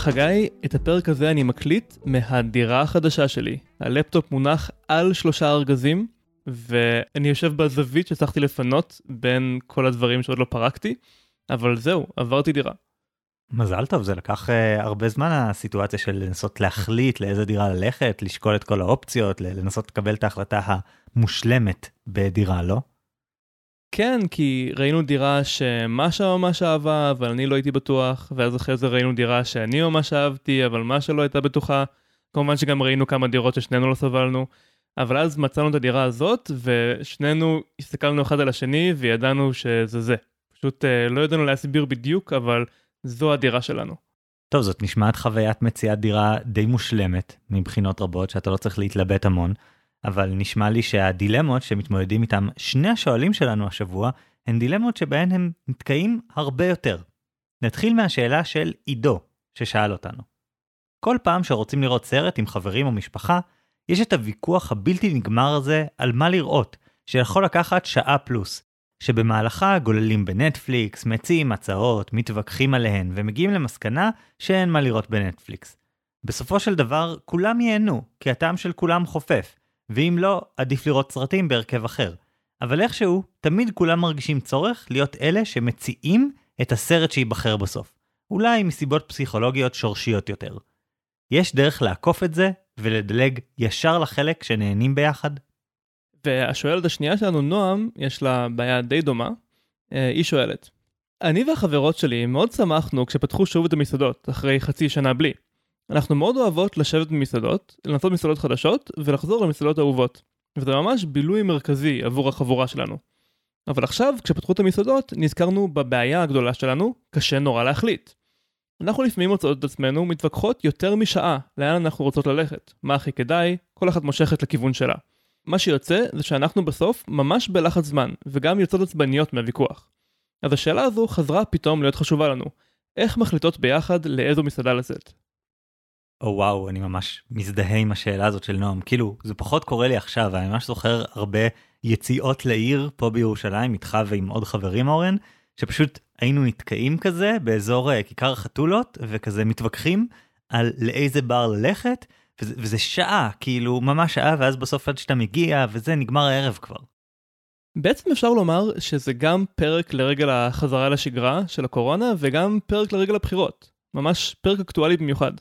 חגי, את הפרק הזה אני מקליט מהדירה החדשה שלי. הלפטופ מונח על 3 ארגזים, ואני יושב בזווית שצריכתי לפנות בין כל הדברים שעוד לא פרקתי, אבל זהו, עברתי דירה. מזל טוב, זה לקח הרבה זמן הסיטואציה של לנסות להחליט לאיזה דירה ללכת, לשקול את כל האופציות, לנסות לקבל את ההחלטה המושלמת בדירה, לא? כן, כי ראינו דירה שמשה ממש אהבה, אבל אני לא הייתי בטוח, ואז אחרי זה ראינו דירה שאני ממש אהבתי, אבל משה לא הייתה בטוחה. כמובן שגם ראינו כמה דירות ששנינו לא סבלנו, אבל אז מצאנו את הדירה הזאת, ושנינו הסתכלנו אחד על השני, וידענו שזה זה. פשוט לא ידענו להסביר בדיוק, אבל זו הדירה שלנו. טוב, זאת נשמעת חוויית מציאת דירה די מושלמת, מבחינות רבות, שאתה לא צריך להתלבט המון, אבל נשמע לי שהדילמות שמתמודדים איתם שני השואלים שלנו השבוע, הן דילמות שבהן הם נתקעים הרבה יותר. נתחיל מהשאלה של עידו, ששאל אותנו. כל פעם שרוצים לראות סרט עם חברים או משפחה, יש את הוויכוח הבלתי נגמר הזה על מה לראות, שיכול לקחת שעה פלוס, שבמהלכה גוללים בנטפליקס, מציעים הצעות, מתווכחים עליהן, ומגיעים למסקנה שאין מה לראות בנטפליקס. בסופו של דבר, כולם ייהנו, כי הטעם של כולם חופף, ואם לא, עדיף לראות סרטים בהרכב אחר. אבל איכשהו, תמיד כולם מרגישים צורך להיות אלה שמציעים את הסרט שיבחר בסוף. אולי מסיבות פסיכולוגיות שורשיות יותר. יש דרך לעקוף את זה, ולדלג ישר לחלק שנהנים ביחד? והשואלת השנייה שלנו, נועם, יש לה בעיה די דומה. היא שואלת, אני והחברות שלי מאוד שמחנו כשפתחו שוב את המסעדות, אחרי חצי שנה בלי. אנחנו מאוד אוהבות לשבת במסעדות, לנסות מסעדות חדשות, ולחזור למסעדות אהובות. וזה ממש בילוי מרכזי עבור החבורה שלנו. אבל עכשיו, כשפתחו את המסעדות, נזכרנו בבעיה הגדולה שלנו, קשה נורא להחליט. אנחנו לפעמים מוצאות את עצמנו מתווכחות יותר משעה לאן אנחנו רוצות ללכת, מה הכי כדאי, כל אחת מושכת לכיוון שלה. מה שיוצא זה שאנחנו בסוף ממש בלחץ זמן, וגם יוצאות עצבניות מהוויכוח. אז השאלה הזו חזרה פתאום להיות חשובה לנו. איך מחליטות ביחד לאיזו מסעדה לצאת? וואו, אני ממש מזדהה עם השאלה הזאת של נועם. כאילו, זה פחות קורה לי עכשיו, אני ממש זוכר הרבה יציאות לעיר פה בירושלים, איתך ועם עוד חברים אורן, שפשוט היינו נתקעים כזה באזור כיכר החתולות, וכזה מתווכחים על לאיזה בר ללכת, וזה שעה, כאילו ממש שעה, ואז בסוף עד שאתה מגיע, וזה נגמר הערב כבר. בעצם אפשר לומר שזה גם פרק לרגל החזרה לשגרה של הקורונה, וגם פרק לרגל הבחירות. ממש פרק אקטואלי במיוחד.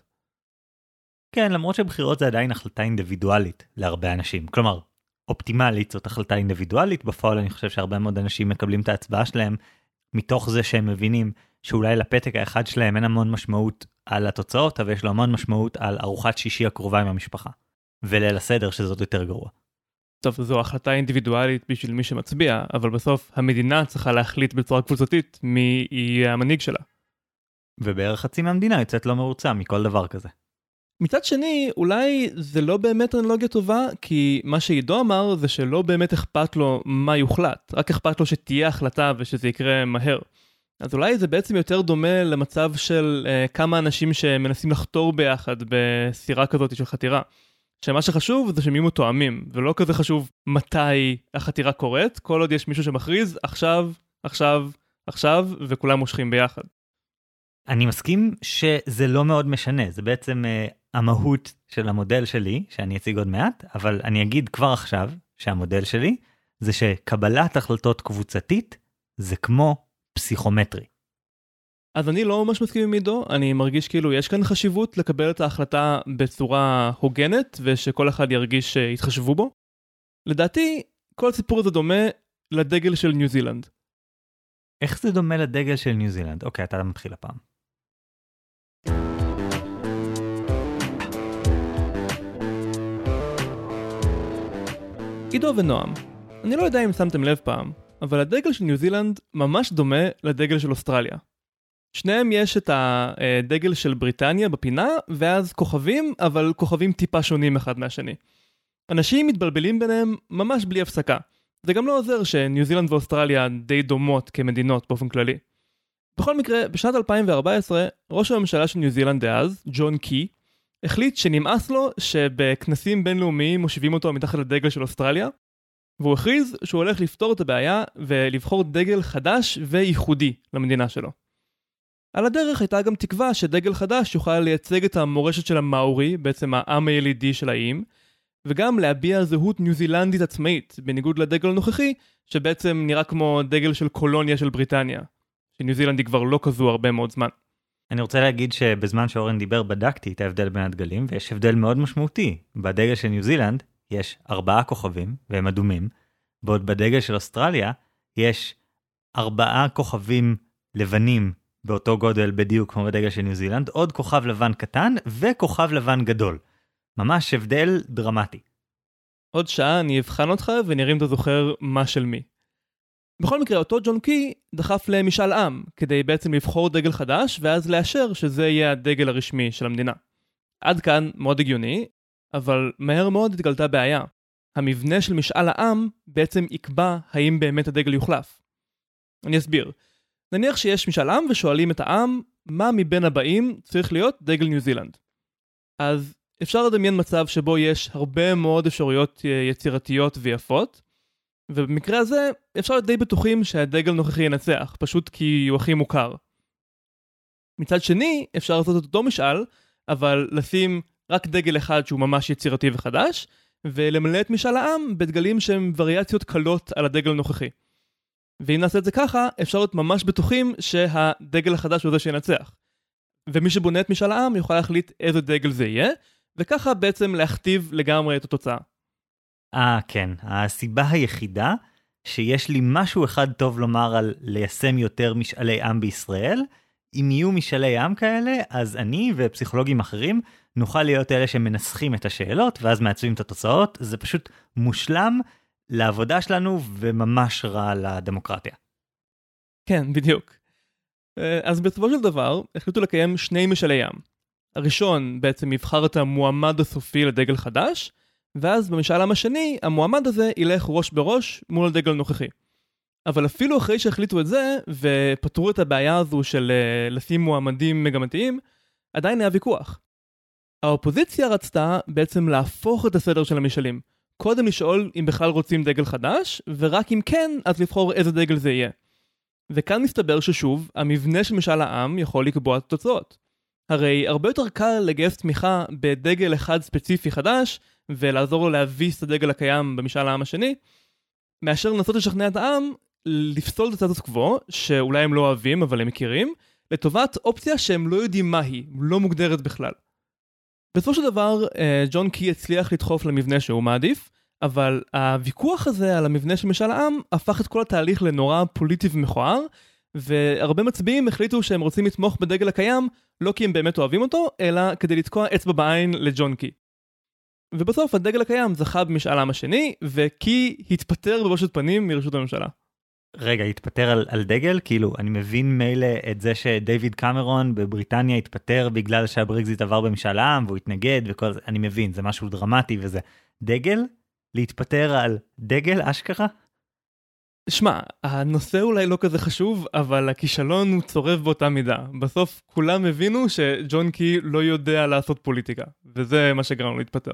כן, למרות שבחירות זה עדיין החלטה אינדיבידואלית להרבה אנשים. כלומר, אופטימלית זאת החלטה אינדיבידואלית, בפועל אני חושב שהרבה מאוד אנשים מקבלים את ההצבעה שלהם, מתוך זה שהם מבינים שאולי לפתק האחד שלהם אין המון משמעות על התוצאות, אבל יש לו המון משמעות על ארוחת שישי הקרובה עם המשפחה. וליל הסדר שזאת יותר גרוע. טוב, זו החלטה אינדיבידואלית בשביל מי שמצביע, אבל בסוף המדינה צריכה להחליט בצורה קבוצתית מי יהיה המנהיג שלה. ובערך חצי מהמדינה יוצאת לא מרוצה מכל דבר כזה. מצד שני, אולי זה לא באמת אנלוגיה טובה, כי מה שעידו אמר זה שלא באמת אכפת לו מה יוחלט, רק אכפת לו שתהיה החלטה ושזה יקרה מהר. אז אולי זה בעצם יותר דומה למצב של כמה אנשים שמנסים לחתור ביחד בסירה כזאת של חתירה. שמה שחשוב זה שהם יהיו מתואמים, ולא כזה חשוב מתי החתירה קורית, כל עוד יש מישהו שמכריז עכשיו, עכשיו, עכשיו, וכולם מושכים ביחד. אני מסכים שזה לא מאוד משנה, זה בעצם המהות של המודל שלי, שאני אציג עוד מעט, אבל אני אגיד כבר עכשיו שהמודל שלי זה שקבלת החלטות קבוצתית זה כמו פסיכומטרי. אז אני לא ממש מסכים עם עידו, אני מרגיש כאילו יש כאן חשיבות לקבל את ההחלטה בצורה הוגנת, ושכל אחד ירגיש שהתחשבו בו. לדעתי, כל הסיפור הזה דומה לדגל של ניו זילנד. איך זה דומה לדגל של ניו זילנד? אוקיי, אתה מתחיל הפעם. עידו ונועם, אני לא יודע אם שמתם לב פעם, אבל הדגל של ניו זילנד ממש דומה לדגל של אוסטרליה. שניהם יש את הדגל של בריטניה בפינה, ואז כוכבים, אבל כוכבים טיפה שונים אחד מהשני. אנשים מתבלבלים ביניהם ממש בלי הפסקה. זה גם לא עוזר שניו זילנד ואוסטרליה די דומות כמדינות באופן כללי. בכל מקרה, בשנת 2014, ראש הממשלה של ניו זילנד דאז, ג'ון קי, החליט שנמאס לו שבכנסים בינלאומיים מושיבים אותו מתחת לדגל של אוסטרליה, והוא הכריז שהוא הולך לפתור את הבעיה ולבחור דגל חדש וייחודי למדינה שלו. על הדרך הייתה גם תקווה שדגל חדש יוכל לייצג את המורשת של המאורי, בעצם העם הילידי של האיים, וגם להביע זהות ניו זילנדית עצמאית, בניגוד לדגל הנוכחי, שבעצם נראה כמו דגל של קולוניה של בריטניה, שניו זילנד היא כבר לא כזו הרבה מאוד זמן. אני רוצה להגיד שבזמן שאורן דיבר בדקתי את ההבדל בין הדגלים, ויש הבדל מאוד משמעותי. בדגל של ניו זילנד יש 4 כוכבים, והם אדומים, בעוד בדגל של אוסטרליה יש 4 כוכבים לבנים באותו גודל בדיוק כמו בדגל של ניו זילנד, עוד כוכב לבן קטן וכוכב לבן גדול. ממש הבדל דרמטי. עוד שעה אני אבחן אותך ונראה אם אתה זוכר מה של מי. בכל מקרה, אותו ג'ון קי דחף למשאל עם, כדי בעצם לבחור דגל חדש, ואז לאשר שזה יהיה הדגל הרשמי של המדינה. עד כאן מאוד הגיוני, אבל מהר מאוד התגלתה בעיה. המבנה של משאל העם בעצם יקבע האם באמת הדגל יוחלף. אני אסביר. נניח שיש משאל עם ושואלים את העם, מה מבין הבאים צריך להיות דגל ניו זילנד. אז אפשר לדמיין מצב שבו יש הרבה מאוד אפשרויות יצירתיות ויפות, ובמקרה הזה אפשר להיות די בטוחים שהדגל נוכחי ינצח, פשוט כי הוא הכי מוכר. מצד שני, אפשר לעשות את אותו משאל, אבל לשים רק דגל אחד שהוא ממש יצירתי וחדש, ולמלא את משאל העם בדגלים שהם וריאציות קלות על הדגל הנוכחי. ואם נעשה את זה ככה, אפשר להיות ממש בטוחים שהדגל החדש הוא זה שינצח. ומי שבונה את משאל העם יוכל להחליט איזה דגל זה יהיה, וככה בעצם להכתיב לגמרי את התוצאה. כן. הסיבה היחידה שיש לי משהו אחד טוב לומר על ליישם יותר משאלי עם בישראל, אם יהיו משאלי עם כאלה, אז אני ופסיכולוגים אחרים נוכל להיות אלה שמנסחים את השאלות, ואז מעצבים את התוצאות. זה פשוט מושלם לעבודה שלנו וממש רע לדמוקרטיה. כן, בדיוק. אז בסופו של דבר, החליטו לקיים 2 משאלי עם. הראשון בעצם יבחר את המועמד הסופי לדגל חדש, ואז במשאל עם השני, המועמד הזה ילך ראש בראש מול הדגל הנוכחי. אבל אפילו אחרי שהחליטו את זה, ופתרו את הבעיה הזו של לשים מועמדים מגמתיים, עדיין היה ויכוח. האופוזיציה רצתה בעצם להפוך את הסדר של המשאלים. קודם לשאול אם בכלל רוצים דגל חדש, ורק אם כן, אז לבחור איזה דגל זה יהיה. וכאן מסתבר ששוב, המבנה של משאל העם יכול לקבוע את התוצאות. הרי הרבה יותר קל לגייס תמיכה בדגל אחד ספציפי חדש, ולעזור לו להביס את הדגל הקיים במשאל העם השני, מאשר לנסות לשכנע את העם לפסול את הסטטוס קוו, שאולי הם לא אוהבים אבל הם מכירים, לטובת אופציה שהם לא יודעים מה היא, לא מוגדרת בכלל. בסופו של דבר, ג'ון קי הצליח לדחוף למבנה שהוא מעדיף, אבל הוויכוח הזה על המבנה של משאל העם הפך את כל התהליך לנורא פוליטי ומכוער, והרבה מצביעים החליטו שהם רוצים לתמוך בדגל הקיים, לא כי הם באמת אוהבים אותו, אלא כדי לתקוע אצבע בעין לג'ון קי. ובסוף הדגל הקיים זכה במשאל העם השני, וקי התפטר בבושת פנים מרשות הממשלה. רגע, התפטר על דגל? כאילו, אני מבין מילא את זה שדייוויד קמרון בבריטניה התפטר בגלל שהברקזיט עבר במשאל העם, והוא התנגד וכל זה, אני מבין, זה משהו דרמטי וזה. דגל? להתפטר על דגל אשכרה? שמע, הנושא אולי לא כזה חשוב, אבל הכישלון הוא צורב באותה מידה. בסוף כולם הבינו שג'ון קי לא יודע לעשות פוליטיקה, וזה מה שגרם לו להתפטר.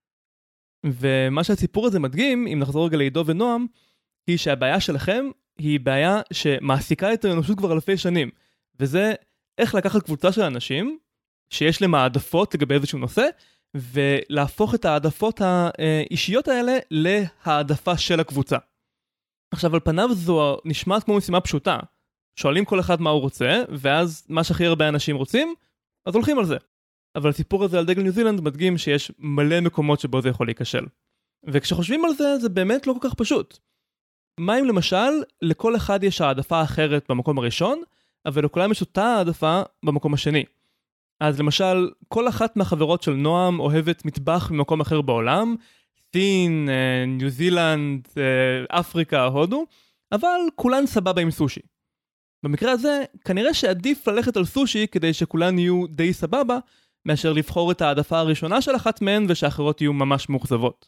ומה שהסיפור הזה מדגים, אם נחזור רגע לעידו ונועם, היא שהבעיה שלכם היא בעיה שמעסיקה את האנושות כבר אלפי שנים, וזה איך לקחת קבוצה של אנשים שיש להם העדפות לגבי איזשהו נושא, ולהפוך את העדפות האישיות האלה להעדפה של הקבוצה. עכשיו על פניו זו נשמעת כמו משימה פשוטה, שואלים כל אחד מה הוא רוצה, ואז מה שהכי הרבה אנשים רוצים, אז הולכים על זה. אבל הסיפור הזה על דגל ניו זילנד מדגים שיש מלא מקומות שבו זה יכול להיכשל. וכשחושבים על זה, זה באמת לא כל כך פשוט. מה אם למשל, לכל אחד יש העדפה אחרת במקום הראשון, אבל לכולם יש אותה העדפה במקום השני. אז למשל, כל אחת מהחברות של נועם אוהבת מטבח במקום אחר בעולם, סין, ניו זילנד, אפריקה, הודו, אבל כולן סבבה עם סושי. במקרה הזה, כנראה שעדיף ללכת על סושי כדי שכולן יהיו די סבבה, מאשר לבחור את העדפה הראשונה של אחת מהן ושאחרות יהיו ממש מאוכזבות.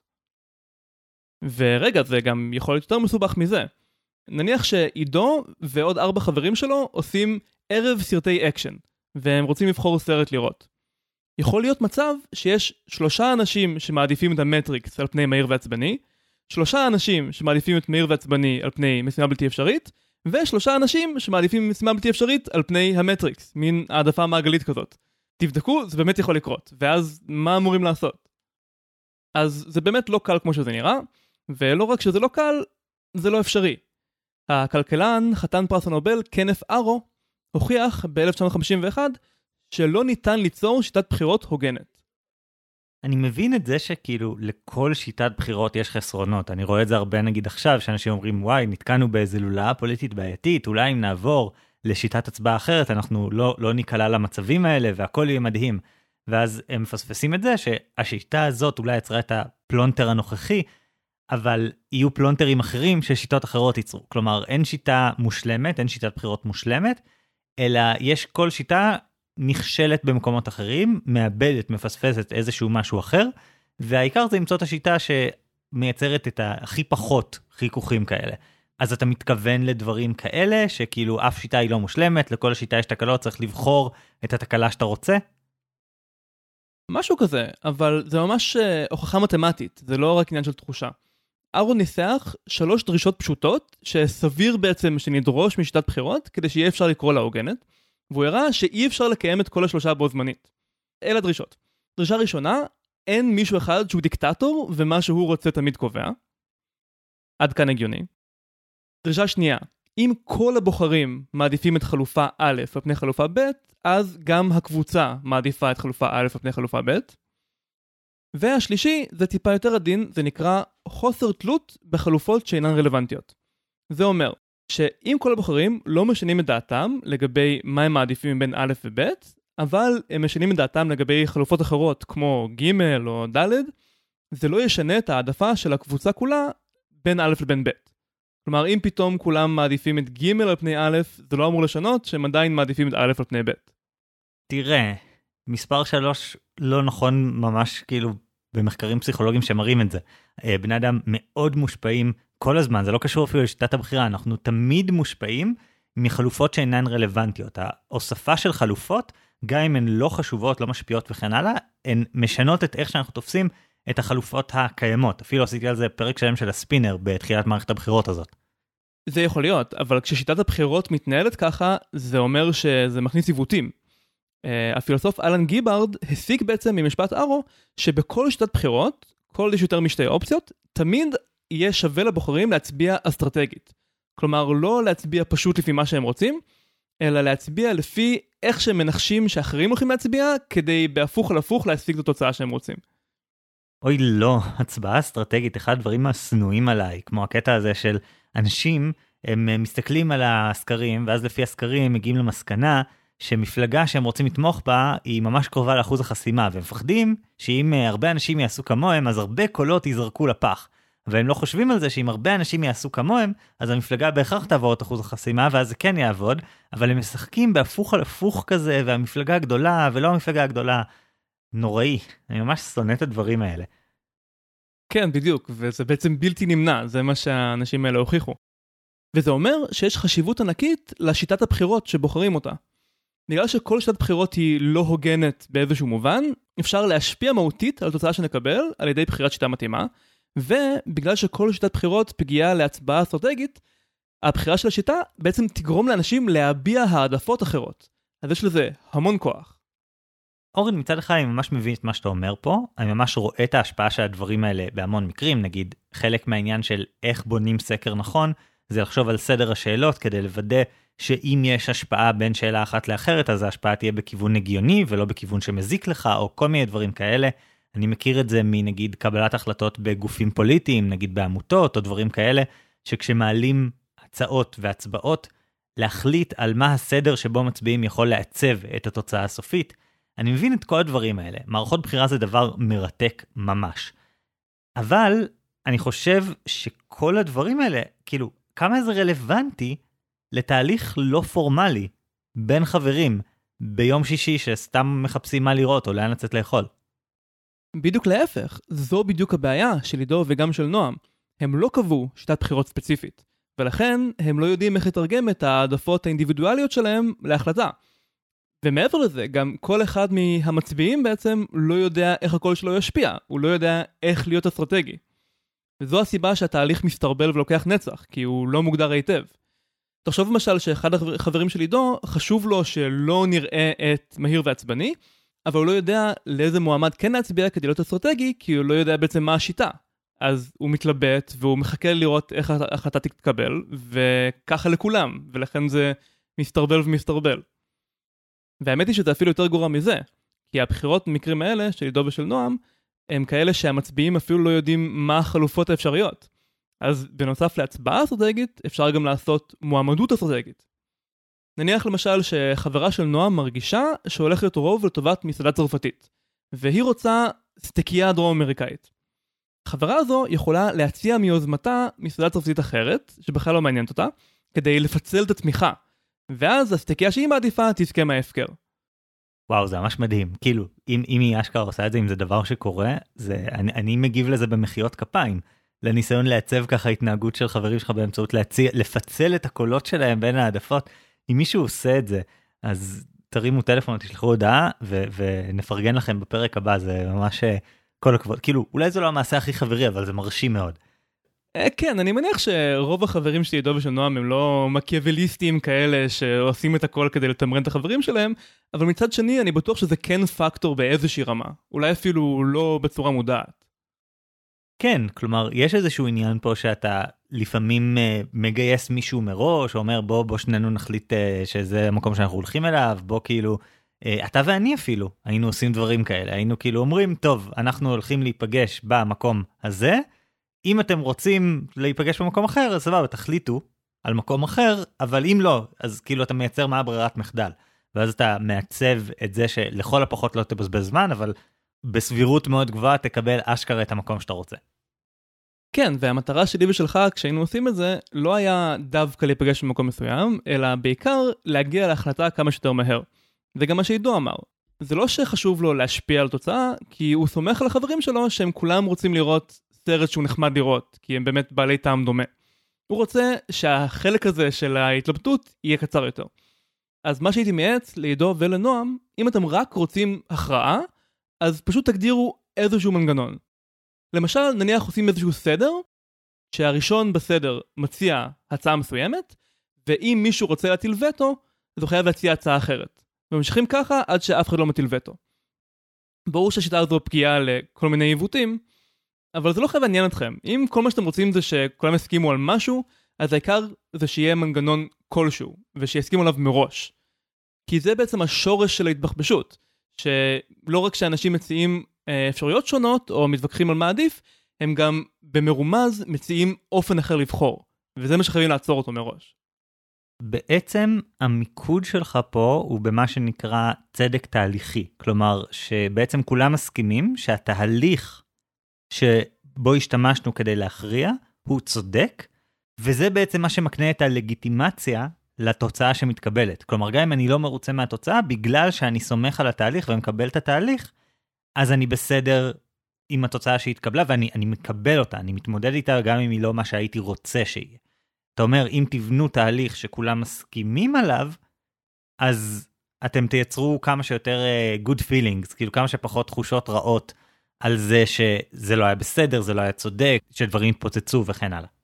ורגע, זה גם יכול להיות יותר מסובך מזה. נניח שעידו ועוד 4 חברים שלו עושים ערב סרטי אקשן, והם רוצים לבחור סרט לראות. יכול להיות מצב שיש 3 אנשים שמעדיפים את המטריקס על פני מהיר ועצבני, 3 אנשים שמעדיפים את מהיר ועצבני על פני משימה בלתי אפשרית, ו3 אנשים שמעדיפים משימה בלתי אפשרית על פני המטריקס, מין העדפה מעגלית כזאת. תבדקו, זה באמת יכול לקרות, ואז מה אמורים לעשות? אז זה באמת לא קל כמו שזה נראה, ולא רק שזה לא קל, זה לא אפשרי. הכלכלן, חתן פרס הנובל, קנף ארו, הוכיח ב-1951 שלא ניתן ליצור שיטת בחירות הוגנת. אני מבין את זה שכאילו לכל שיטת בחירות יש חסרונות. אני רואה את זה הרבה נגיד עכשיו, שאנשים אומרים, וואי, נתקענו באיזו לולאה פוליטית בעייתית, אולי אם נעבור לשיטת הצבעה אחרת, אנחנו לא ניקלע למצבים האלה, והכל יהיה מדהים. ואז הם מפספסים את זה, שהשיטה הזאת אולי יצרה את הפלונטר הנוכחי, אבל יהיו פלונטרים אחרים ששיטות אחרות ייצרו. כלומר, אין שיטה מושלמת, אין שיטת בחירות מושלמת, אלא יש כל שיטה נכשלת במקומות אחרים, מאבדת, מפספסת איזשהו משהו אחר, והעיקר זה למצוא את השיטה שמייצרת את הכי פחות חיכוכים כאלה. אז אתה מתכוון לדברים כאלה, שכאילו אף שיטה היא לא מושלמת, לכל השיטה יש תקלות, צריך לבחור את התקלה שאתה רוצה? משהו כזה, אבל זה ממש הוכחה מתמטית, זה לא רק עניין של תחושה. ארו ניסח 3 דרישות פשוטות, שסביר בעצם שנדרוש משיטת בחירות, כדי שיהיה אפשר לקרוא לה הוגנת, והוא הראה שאי אפשר לקיים את כל 3 בו זמנית. אלה הדרישות. דרישה ראשונה, אין מישהו אחד שהוא דיקטטור, ומה שהוא רוצה תמיד קובע. עד כאן הגיוני. דרישה שנייה, אם כל הבוחרים מעדיפים את חלופה א' על פני חלופה ב', אז גם הקבוצה מעדיפה את חלופה א' על פני חלופה ב'. והשלישי, זה טיפה יותר עדין, זה נקרא חוסר תלות בחלופות שאינן רלוונטיות. זה אומר שאם כל הבוחרים לא משנים את דעתם לגבי מה הם מעדיפים בין א' וב', אבל הם משנים את דעתם לגבי חלופות אחרות כמו ג' או ד', זה לא ישנה את העדפה של הקבוצה כולה בין א' לבין ב'. כלומר, אם פתאום כולם מעדיפים את ג' על פני א', זה לא אמור לשנות שהם עדיין מעדיפים את א' על פני ב'. תראה, מספר 3 לא נכון ממש כאילו במחקרים פסיכולוגיים שמראים את זה. בני אדם מאוד מושפעים כל הזמן, זה לא קשור אפילו לשיטת הבחירה, אנחנו תמיד מושפעים מחלופות שאינן רלוונטיות. ההוספה של חלופות, גם אם הן לא חשובות, לא משפיעות וכן הלאה, הן משנות את איך שאנחנו תופסים את החלופות הקיימות. אפילו עשיתי על זה פרק שלם של הספינר בתחילת מערכת הבחירות הזאת. זה יכול להיות, אבל כששיטת הבחירות מתנהלת ככה, זה אומר שזה מכניס עיוותים. הפילוסוף אלן גיבארד הסיק בעצם ממשפט ארו, שבכל שיטת בחירות, כל יש יותר משתי אופציות, תמיד יהיה שווה לבוחרים להצביע אסטרטגית. כלומר, לא להצביע פשוט לפי מה שהם רוצים, אלא להצביע לפי איך שהם מנחשים שאחרים הולכים להצביע, כדי בהפוך על הפוך להשיג את התוצאה שהם רוצים. אוי לא, הצבעה אסטרטגית, אחד הדברים הסנועים עליי, כמו הקטע הזה של אנשים, הם מסתכלים על הסקרים, ואז לפי הסקרים מגיעים למסקנה, שמפלגה שהם רוצים לתמוך בה, היא ממש קרובה לאחוז החסימה, והם מפחדים שאם הרבה אנשים יעשו כמוהם, אז הרבה קולות יזרקו לפח. והם לא חושבים על זה שאם הרבה אנשים יעשו כמוהם, אז המפלגה בהכרח תעבור את אחוז החסימה, ואז זה כן יעבוד, אבל הם משחקים בהפוך על הפוך כזה, והמפלגה הגדולה, ולא המפלגה הגדולה. נוראי, אני ממש שונא את הדברים האלה. כן, בדיוק, וזה בעצם בלתי נמנע, זה מה שהאנשים האלה הוכיחו. וזה אומר שיש חשיבות ענקית לשיטת הבחירות שבוחרים אותה. בגלל שכל שיטת בחירות היא לא הוגנת באיזשהו מובן, אפשר להשפיע מהותית על התוצאה שנקבל על ידי בחירת שיטה מתאימה, ובגלל שכל שיטת בחירות פגיעה להצבעה אסטרטגית, הבחירה של השיטה בעצם תגרום לאנשים להביע העדפות אחרות. אז יש לזה המון כוח. אורן, מצד אחד אני ממש מבין את מה שאתה אומר פה, אני ממש רואה את ההשפעה של הדברים האלה בהמון מקרים, נגיד חלק מהעניין של איך בונים סקר נכון, זה לחשוב על סדר השאלות כדי לוודא שאם יש השפעה בין שאלה אחת לאחרת, אז ההשפעה תהיה בכיוון הגיוני ולא בכיוון שמזיק לך, או כל מיני דברים כאלה. אני מכיר את זה מנגיד קבלת החלטות בגופים פוליטיים, נגיד בעמותות או דברים כאלה, שכשמעלים הצעות והצבעות, להחליט על מה הסדר שבו מצביעים יכול לעצב את התוצאה הסופית. אני מבין את כל הדברים האלה. מערכות בחירה זה דבר מרתק ממש. אבל אני חושב שכל הדברים האלה, כאילו, כמה זה רלוונטי לתהליך לא פורמלי בין חברים ביום שישי שסתם מחפשים מה לראות או לאן לצאת לאכול. בדיוק להפך, זו בדיוק הבעיה של עידו וגם של נועם. הם לא קבעו שיטת בחירות ספציפית, ולכן הם לא יודעים איך לתרגם את העדפות האינדיבידואליות שלהם להחלטה. ומעבר לזה, גם כל אחד מהמצביעים בעצם לא יודע איך הקול שלו ישפיע, הוא לא יודע איך להיות אסטרטגי. וזו הסיבה שהתהליך מסתרבל ולוקח נצח, כי הוא לא מוגדר היטב. תחשוב למשל שאחד החברים של עידו חשוב לו שלא נראה את מהיר ועצבני, אבל הוא לא יודע לאיזה מועמד כן להצביע כדי להיות אסטרטגי, כי הוא לא יודע בעצם מה השיטה. אז הוא מתלבט והוא מחכה לראות איך ההחלטה תתקבל, וככה לכולם, ולכן זה מסתרבל ומסתרבל. והאמת היא שזה אפילו יותר גרוע מזה, כי הבחירות במקרים האלה של עידו ושל נועם, הם כאלה שהמצביעים אפילו לא יודעים מה החלופות האפשריות. אז בנוסף להצבעה אסטרטגית, אפשר גם לעשות מועמדות אסטרטגית. נניח למשל שחברה של נועם מרגישה שהולך להיות רוב לטובת מסעדה צרפתית, והיא רוצה סטקייה דרום אמריקאית. החברה הזו יכולה להציע מיוזמתה מסעדה צרפתית אחרת, שבכלל לא מעניינת אותה, כדי לפצל את התמיכה, ואז הסטקייה שהיא מעדיפה תזכה מההפקר. וואו, זה ממש מדהים. כאילו, אם היא אשכרה עושה את זה, אם זה דבר שקורה, אני מגיב לזה במחיאות כפיים. לניסיון לעצב ככה התנהגות של חברים שלך באמצעות לפצל את הקולות שלהם בין העדפות. אם מישהו עושה את זה, אז תרימו טלפון, תשלחו הודעה, ונפרגן לכם בפרק הבא. זה ממש כל הכבוד. כאילו, אולי זה לא המעשה הכי חברי, אבל זה מרשים מאוד. כן, אני מניח שרוב החברים שלי, עידו ושל נועם, הם לא מקיאווליסטים כאלה שעושים את הכל כדי לתמרן את החברים שלהם, אבל מצד שני, אני בטוח שזה כן פקטור באיזושהי רמה. אולי אפילו לא בצורה מודעת. כן, כלומר, יש איזשהו עניין פה שאתה לפעמים מגייס מישהו מראש, שאומר בוא שנינו נחליט שזה המקום שאנחנו הולכים אליו, בוא כאילו, אתה ואני אפילו, היינו עושים דברים כאלה, היינו כאילו אומרים, טוב, אנחנו הולכים להיפגש במקום הזה, אם אתם רוצים להיפגש במקום אחר, אז סבבה, תחליטו על מקום אחר, אבל אם לא, אז כאילו אתה מייצר מה ברירת מחדל, ואז אתה מעצב את זה שלכל הפחות לא תבזבז זמן, אבל בסבירות מאוד גבוהה תקבל אשכרה את המקום שאתה רוצה. כן, והמטרה שלי ושלך כשהיינו עושים את זה, לא היה דווקא להיפגש במקום מסוים, אלא בעיקר להגיע להחלטה כמה שיותר מהר. וגם מה שעידו אמר, זה לא שחשוב לו להשפיע על תוצאה, כי הוא סומך על החברים שלו שהם כולם רוצים לראות סרט שהוא נחמד לראות, כי הם באמת בעלי טעם דומה. הוא רוצה שהחלק הזה של ההתלבטות יהיה קצר יותר. אז מה שהייתי מייעץ לעידו ולנועם, אם אתם רק רוצים הכרעה, אז פשוט תגדירו איזשהו מנגנון. למשל, נניח עושים איזשהו סדר, שהראשון בסדר מציע הצעה מסוימת, ואם מישהו רוצה להטיל וטו, אז הוא חייב להציע הצעה אחרת. וממשיכים ככה עד שאף אחד לא מטיל וטו. ברור שהשיטה הזו פגיעה לכל מיני עיוותים, אבל זה לא חייב לעניין אתכם. אם כל מה שאתם רוצים זה שכולם יסכימו על משהו, אז העיקר זה שיהיה מנגנון כלשהו, ושיסכימו עליו מראש. כי זה בעצם השורש של ההתבחבשות, שלא רק שאנשים מציעים אפשרויות שונות, או מתווכחים על מה עדיף, הם גם במרומז מציעים אופן אחר לבחור, וזה מה שחייבים לעצור אותו מראש. בעצם המיקוד שלך פה הוא במה שנקרא צדק תהליכי, כלומר שבעצם כולם מסכימים שהתהליך שבו השתמשנו כדי להכריע הוא צודק, וזה בעצם מה שמקנה את הלגיטימציה לתוצאה שמתקבלת. כלומר, גם אם אני לא מרוצה מהתוצאה, בגלל שאני סומך על התהליך ומקבל את התהליך, אז אני בסדר עם התוצאה שהתקבלה, ואני מקבל אותה, אני מתמודד איתה גם אם היא לא מה שהייתי רוצה שיהיה. אתה אומר, אם תבנו תהליך שכולם מסכימים עליו, אז אתם תייצרו כמה שיותר good feelings, כאילו כמה שפחות תחושות רעות על זה שזה לא היה בסדר, זה לא היה צודק, שדברים התפוצצו וכן הלאה.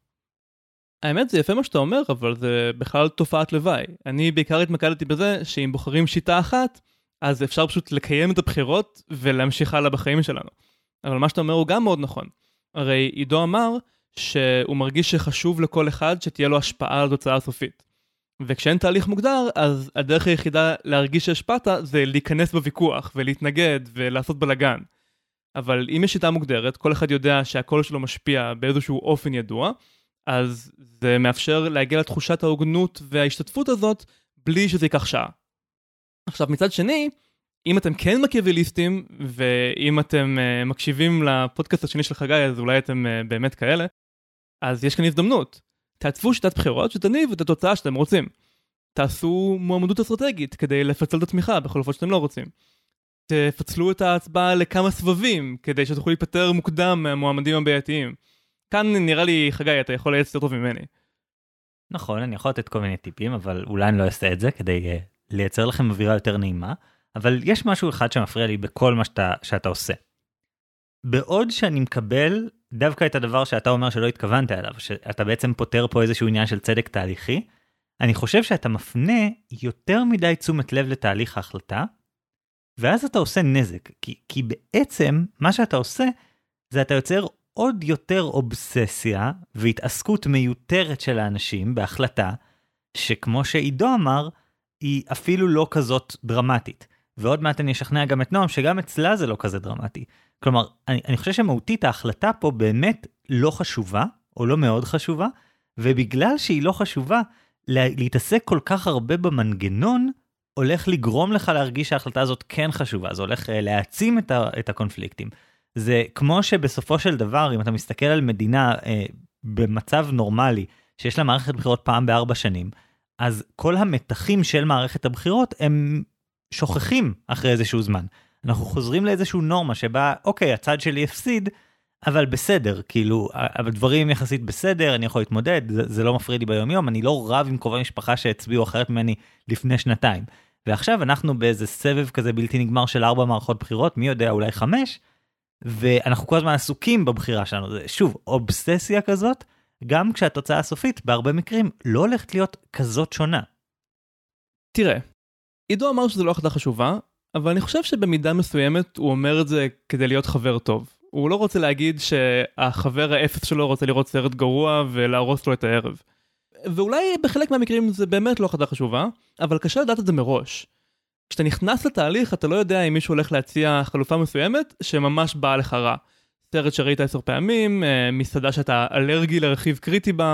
האמת זה יפה מה שאתה אומר, אבל זה בכלל תופעת לוואי. אני בעיקר התמקדתי בזה שאם בוחרים שיטה אחת, אז אפשר פשוט לקיים את הבחירות ולהמשיך הלאה בחיים שלנו. אבל מה שאתה אומר הוא גם מאוד נכון. הרי עידו אמר שהוא מרגיש שחשוב לכל אחד שתהיה לו השפעה על התוצאה הסופית. וכשאין תהליך מוגדר, אז הדרך היחידה להרגיש שהשפעת זה להיכנס בוויכוח ולהתנגד ולעשות בלגן. אבל אם יש שיטה מוגדרת, כל אחד יודע שהקול שלו משפיע באיזשהו אופן ידוע, אז זה מאפשר להגיע לתחושת ההוגנות וההשתתפות הזאת בלי שזה ייקח שעה. עכשיו מצד שני, אם אתם כן מקיאווליסטים, ואם אתם מקשיבים לפודקאסט השני של חגי, אז אולי אתם באמת כאלה, אז יש כאן הזדמנות. תעצבו שיטת בחירות שתניב את התוצאה שאתם רוצים. תעשו מועמדות אסטרטגית כדי לפצל את התמיכה בחלופות שאתם לא רוצים. תפצלו את ההצבעה לכמה סבבים, כדי שתוכלו להיפטר מוקדם מהמועמדים הבעייתיים. כאן נראה לי, חגי, אתה יכול לייצר טוב ממני. נכון, אני יכול לתת כל מיני טיפים, אבל אולי אני לא אעשה את זה כדי לייצר לכם אווירה יותר נעימה, אבל יש משהו אחד שמפריע לי בכל מה שאתה עושה. בעוד שאני מקבל דווקא את הדבר שאתה אומר שלא התכוונת אליו, שאתה בעצם פותר פה איזשהו עניין של צדק תהליכי, אני חושב שאתה מפנה יותר מדי תשומת לב לתהליך ההחלטה, ואז אתה עושה נזק, כי בעצם מה שאתה עושה, זה אתה יוצר עוד יותר אובססיה והתעסקות מיותרת של האנשים בהחלטה, שכמו שעידו אמר, היא אפילו לא כזאת דרמטית. ועוד מעט אני אשכנע גם את נועם, שגם אצלה זה לא כזה דרמטי. כלומר, אני חושב שמהותית ההחלטה פה באמת לא חשובה, או לא מאוד חשובה, ובגלל שהיא לא חשובה, להתעסק כל כך הרבה במנגנון, הולך לגרום לך להרגיש שההחלטה הזאת כן חשובה, זה הולך להעצים את הקונפליקטים. זה כמו שבסופו של דבר, אם אתה מסתכל על מדינה במצב נורמלי, שיש לה מערכת בחירות פעם ב4 שנים, אז כל המתחים של מערכת הבחירות הם שוכחים אחרי איזשהו זמן. אנחנו חוזרים לאיזשהו נורמה שבה, אוקיי, הצד שלי הפסיד, אבל בסדר, כאילו, הדברים יחסית בסדר, אני יכול להתמודד, זה לא מפריע לי ביום יום, אני לא רב עם קרובי משפחה שהצביעו אחרת ממני לפני 2 ועכשיו אנחנו באיזה סבב כזה בלתי נגמר של 4 מערכות בחירות, מי יודע, אולי 5, ואנחנו כל הזמן עסוקים בבחירה שלנו. זה שוב, אובססיה כזאת, גם כשהתוצאה הסופית, בהרבה מקרים, לא הולכת להיות כזאת שונה. תראה, עידו אמר שזו לא החלטה חשובה, אבל אני חושב שבמידה מסוימת הוא אומר את זה כדי להיות חבר טוב. הוא לא רוצה להגיד שהחבר האפס שלו רוצה לראות סרט גרוע ולהרוס לו את הערב. ואולי בחלק מהמקרים זה באמת לא החלטה חשובה, אבל קשה לדעת את זה מראש. כשאתה נכנס לתהליך, אתה לא יודע אם מישהו הולך להציע חלופה מסוימת שממש באה לך רע. סרט שראית 10 פעמים, מסעדה שאתה אלרגי לרכיב קריטי בה.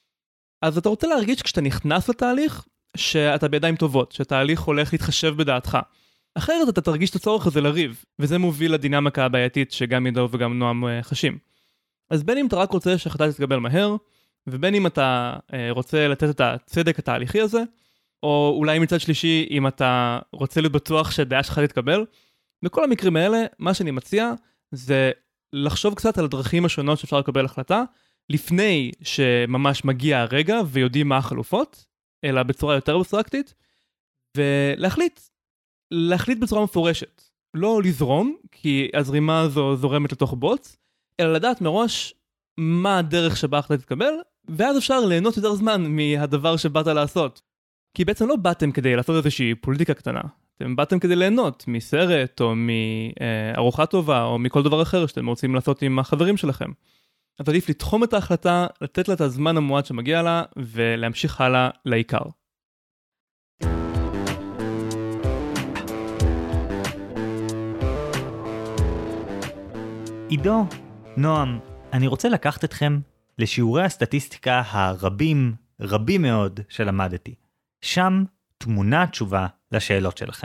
אז אתה רוצה להרגיש כשאתה נכנס לתהליך, שאתה בידיים טובות, שהתהליך הולך להתחשב בדעתך. אחרת אתה תרגיש את הצורך הזה לריב, וזה מוביל לדינמיקה הבעייתית שגם עידו וגם נועם חשים. אז בין אם אתה רק רוצה שהחלטה תתקבל מהר, ובין אם אתה רוצה לתת את הצדק התהליכי הזה, או אולי מצד שלישי, אם אתה רוצה להיות בטוח שהדעה שלך תתקבל, בכל המקרים האלה, מה שאני מציע, זה לחשוב קצת על הדרכים השונות שאפשר לקבל החלטה, לפני שממש מגיע הרגע ויודעים מה החלופות, אלא בצורה יותר אבסטרקטית, להחליט בצורה מפורשת. לא לזרום, כי הזרימה הזו זורמת לתוך בוץ, אלא לדעת מראש מה הדרך שבה החלטה תתקבל, ואז אפשר ליהנות יותר זמן מהדבר שבאת לעשות. כי בעצם לא באתם כדי לעשות איזושהי פוליטיקה קטנה. אתם באתם כדי ליהנות מסרט, או מארוחה טובה, או מכל דבר אחר שאתם רוצים לעשות עם החברים שלכם. אז עדיף לתחום את ההחלטה, לתת לה את הזמן המועד שמגיע לה, ולהמשיך הלאה לעיקר. עידו, נועם, אני רוצה לקחת אתכם לשיעורי הסטטיסטיקה רבים מאוד שלמדתי. שם תמונה תשובה לשאלות שלכם.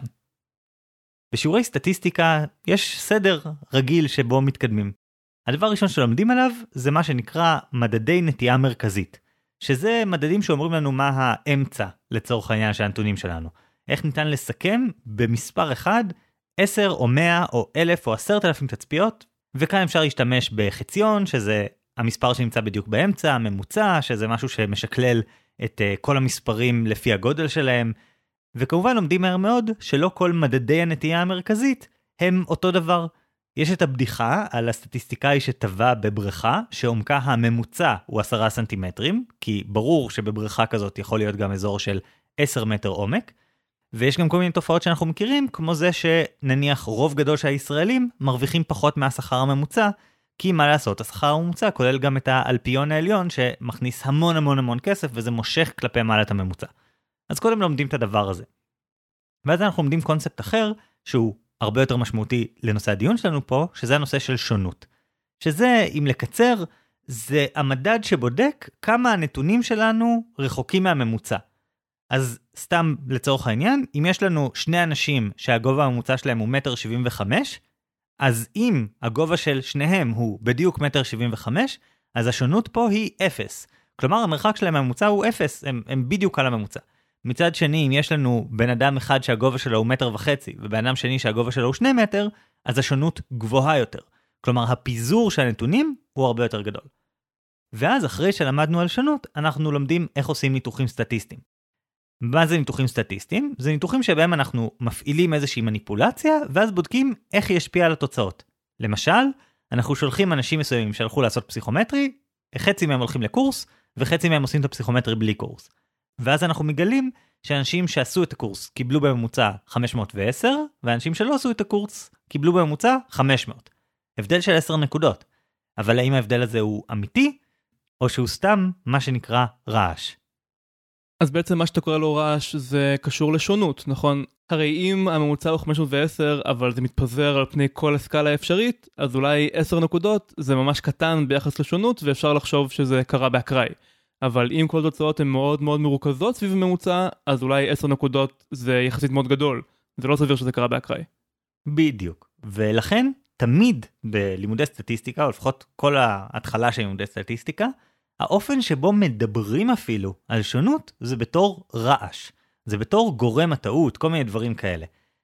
בשיעורי סטטיסטיקה יש סדר רגיל שבו מתקדמים. הדבר הראשון שלומדים עליו זה מה שנקרא מדדי נטייה מרכזית, שזה מדדים שאומרים לנו מה האמצע לצורך העניין של הנתונים שלנו. איך ניתן לסכם במספר אחד 10 או 100 או 1000 או 10,000 תצפיות, וכאן אפשר להשתמש בחציון, שזה המספר שנמצא בדיוק באמצע, הממוצע, שזה משהו שמשקלל את כל המספרים לפי הגודל שלהם, וכמובן לומדים מהר מאוד שלא כל מדדי הנטייה המרכזית הם אותו דבר. יש את הבדיחה על הסטטיסטיקאי שטבע בבריכה, שעומקה הממוצע הוא 10 סנטימטרים, כי ברור שבבריכה כזאת יכול להיות גם אזור של 10 מטר עומק, ויש גם כל מיני תופעות שאנחנו מכירים, כמו זה שנניח רוב גדול של הישראלים מרוויחים פחות מהשכר הממוצע, כי מה לעשות, השכר הממוצע כולל גם את האלפיון העליון שמכניס המון כסף, וזה מושך כלפי מעלת הממוצע. אז קודם לומדים את הדבר הזה. ואז אנחנו לומדים קונספט אחר, שהוא הרבה יותר משמעותי לנושא הדיון שלנו פה, שזה הנושא של שונות. שזה, אם לקצר, זה המדד שבודק כמה הנתונים שלנו רחוקים מהממוצע. אז סתם לצורך העניין, אם יש לנו 2 אנשים שהגובה הממוצע שלהם הוא 1.75 מטר, אז אם הגובה של שניהם הוא בדיוק 1.75 מטר, אז השונות פה היא 0. כלומר, המרחק שלהם הממוצע הוא 0, הם בדיוק על הממוצע. מצד שני, אם יש לנו בן אדם אחד שהגובה שלו הוא 1.5 מטר, ובן אדם שני שהגובה שלו הוא 2 מטר, אז השונות גבוהה יותר. כלומר, הפיזור של הנתונים הוא הרבה יותר גדול. ואז אחרי שלמדנו על שונות, אנחנו לומדים איך עושים ניתוחים סטטיסטיים. מה זה ניתוחים סטטיסטיים? זה ניתוחים שבהם אנחנו מפעילים איזושהי מניפולציה, ואז בודקים איך היא השפיעה על התוצאות. למשל, אנחנו שולחים אנשים מסוימים שהלכו לעשות פסיכומטרי, חצי מהם הולכים לקורס, וחצי מהם עושים את הפסיכומטרי בלי קורס. ואז אנחנו מגלים שאנשים שעשו את הקורס קיבלו בממוצע 510, ואנשים שלא עשו את הקורס קיבלו בממוצע 500. הבדל של 10 נקודות. אבל האם ההבדל הזה הוא אמיתי, או שהוא סתם מה שנקרא רעש? אז בעצם מה שאתה קורא לו רעש זה קשור לשונות, נכון? הרי אם הממוצע הוא 510, אבל זה מתפזר על פני כל הסקאלה האפשרית, אז אולי 10 נקודות זה ממש קטן ביחס לשונות, ואפשר לחשוב שזה קרה באקראי. אבל אם כל תוצאות הן מאוד מאוד מרוכזות סביב הממוצע, אז אולי 10 נקודות זה יחסית מאוד גדול. זה לא סביר שזה קרה באקראי. בדיוק. ולכן, תמיד בלימודי סטטיסטיקה, או לפחות כל ההתחלה של לימודי סטטיסטיקה, האופן שבו מדברים אפילו על שונות זה בתור רעש. זה בתור גורם הטעות, כל מיני דברים כאלה.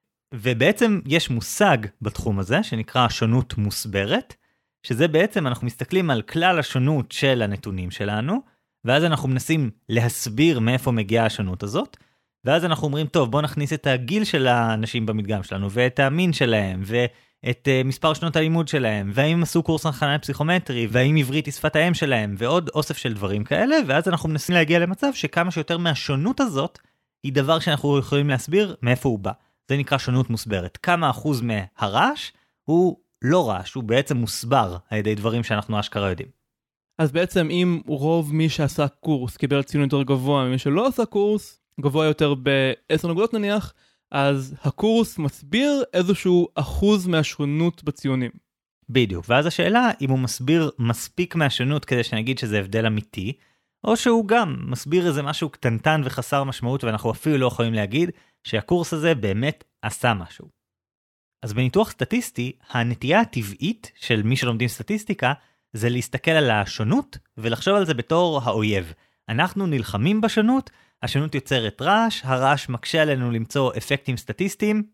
ובעצם יש מושג בתחום הזה שנקרא שונות מוסברת, שזה בעצם אנחנו מסתכלים על כלל השונות של הנתונים שלנו, ואז אנחנו מנסים להסביר מאיפה מגיעה השונות הזאת, ואז אנחנו אומרים, טוב, בוא נכניס את הגיל של האנשים במדגם שלנו, ואת המין שלהם, ואת מספר שנות הלימוד שלהם, והאם הם עשו קורס הכנה פסיכומטרי, והאם עברית היא שפת האם שלהם, ועוד אוסף של דברים כאלה, ואז אנחנו מנסים להגיע למצב שכמה שיותר מהשונות הזאת, היא דבר שאנחנו יכולים להסביר מאיפה הוא בא. זה נקרא שונות מוסברת. כמה אחוז מהרעש הוא לא רעש, הוא בעצם מוסבר על ידי דברים שאנחנו אשכרה יודעים. אז בעצם אם רוב מי שעשה קורס קיבל ציון יותר גבוה ממי שלא עשה קורס, גבוה יותר ב10 נקודות נניח, אז הקורס מסביר איזשהו אחוז מהשונות בציונים. בדיוק, ואז השאלה אם הוא מסביר מספיק מהשונות כדי שנגיד שזה הבדל אמיתי, או שהוא גם מסביר איזה משהו קטנטן וחסר משמעות, ואנחנו אפילו לא יכולים להגיד שהקורס הזה באמת עשה משהו. אז בניתוח סטטיסטי, הנטייה הטבעית של מי שלומדים סטטיסטיקה, זה להסתכל על השונות ולחשוב על זה בתור האויב. אנחנו נלחמים בשונות, השונות יוצרת רעש, הרעש מקשה עלינו למצוא אפקטים סטטיסטיים,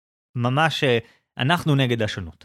ממש אנחנו נגד השונות.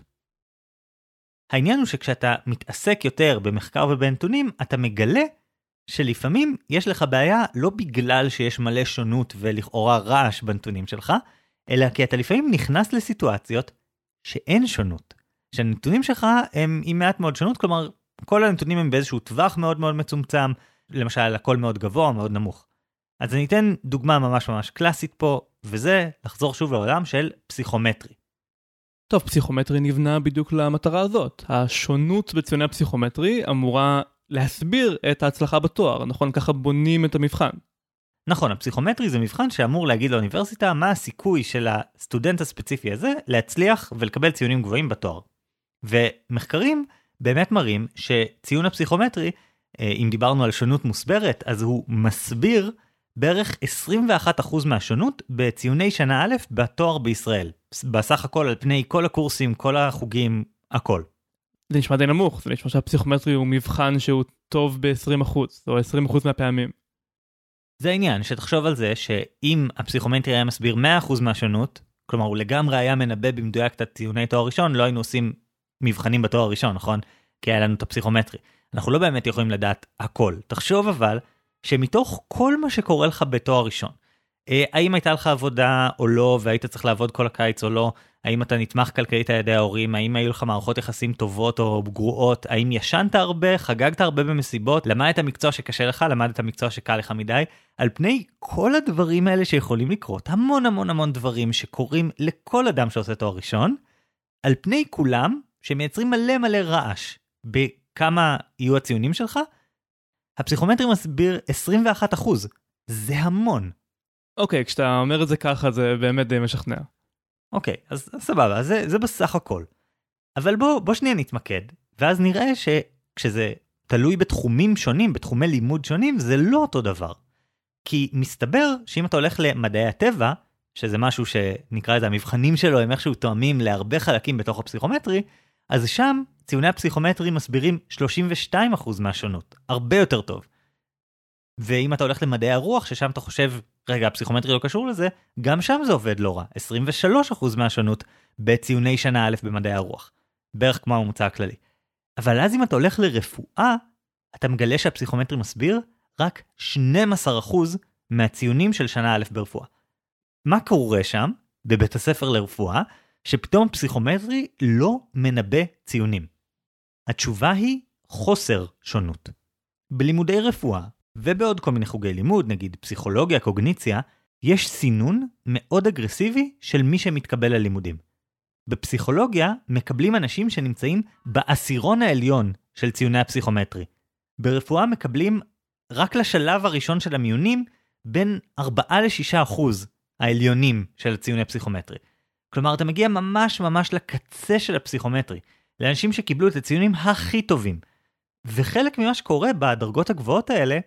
העניין הוא שכשאתה מתעסק יותר במחקר ובנתונים, אתה מגלה שלפעמים יש לך בעיה לא בגלל שיש מלא שונות ולכאורה רעש בנתונים שלך, אלא כי אתה לפעמים נכנס לסיטואציות שאין שונות. שהנתונים שלך הם עם מעט מאוד שונות, כלומר כל הנתונים הם באיזשהו טווח מאוד מאוד מצומצם, למשל הכל מאוד גבוה או מאוד נמוך. אז אני אתן דוגמה ממש ממש קלאסית פה, וזה לחזור שוב לעולם של פסיכומטרי. טוב, פסיכומטרי נבנה בדיוק למטרה הזאת. השונות בציוני הפסיכומטרי אמורה להסביר את ההצלחה בתואר, נכון? ככה בונים את המבחן. נכון, הפסיכומטרי זה מבחן שאמור להגיד לאוניברסיטה מה הסיכוי של הסטודנט הספציפי הזה להצליח ולקבל ציונים גבוהים בתואר. ומחקרים באמת מראים שציון הפסיכומטרי, אם דיברנו על שונות מוסברת, אז הוא מסביר בערך 21% מהשונות בציוני שנה א' בתואר בישראל. בסך הכל על פני כל הקורסים, כל החוגים, הכל. זה נשמע די נמוך, זה נשמע שהפסיכומטרי הוא מבחן שהוא טוב ב-20%, או 20% מהפעמים. זה העניין, שתחשוב על זה שאם הפסיכומטרי היה מסביר 100% מהשונות, כלומר הוא לגמרי היה מנבא במדויק את הציוני תואר ראשון, לא היינו עושים מבחנים בתואר ראשון, נכון? כי היה לנו את הפסיכומטרי. אנחנו לא באמת יכולים לדעת הכל. תחשוב אבל שמתוך כל מה שקורה לך בתואר ראשון, האם הייתה לך עבודה או לא, והיית צריך לעבוד כל הקיץ או לא, האם אתה נתמך כלכלית על ידי ההורים, האם היו לך מערכות יחסים טובות או גרועות, האם ישנת הרבה, חגגת הרבה במסיבות, למדת מקצוע שקשה לך, למדת מקצוע שקל לך מדי, על פני כל הדברים האלה שיכולים לקרות, המון המון המון דברים שקורים לכל אדם שעושה תואר ראשון, על פני כולם שמייצרים מלא מלא רעש בכמה יהיו הציונים שלך, הפסיכומטרי מסביר 21%. זה המון. אוקיי, כשאתה אומר את זה ככה, זה באמת די משכנע. אוקיי, אז סבבה, זה בסך הכל. אבל בוא שנייה נתמקד, ואז נראה שכשזה תלוי בתחומים שונים, בתחומי לימוד שונים, זה לא אותו דבר. כי מסתבר שאם אתה הולך למדעי הטבע, שזה משהו שנקרא את המבחנים שלו, הם איכשהו תואמים להרבה חלקים בתוך הפסיכומטרי, אז שם ציוני הפסיכומטרי מסבירים 32% מהשונות, הרבה יותר טוב. ואם אתה הולך למדעי הרוח, ששם אתה חושב, רגע, הפסיכומטרי לא קשור לזה, גם שם זה עובד לא רע, 23% מהשונות בציוני שנה א' במדעי הרוח, בערך כמו הממוצע הכללי. אבל אז אם אתה הולך לרפואה, אתה מגלה שהפסיכומטרי מסביר רק 12% מהציונים של שנה א' ברפואה. מה קורה שם, בבית הספר לרפואה, שפתאום פסיכומטרי לא מנבא ציונים? התשובה היא חוסר שונות. בלימודי רפואה, ובעוד כל מיני חוגי לימוד, נגיד פסיכולוגיה, קוגניציה, יש סינון מאוד אגרסיבי של מי שמתקבל ללימודים. בפסיכולוגיה מקבלים אנשים שנמצאים בעשירון העליון של ציוני הפסיכומטרי. ברפואה מקבלים רק לשלב הראשון של המיונים בין 4-6% העליונים של ציוני הפסיכומטרי. כלומר, אתה מגיע ממש ממש לקצה של הפסיכומטרי, לאנשים שקיבלו את הציונים הכי טובים. וחלק ממה שקורה בדרגות הגבוהות האלה,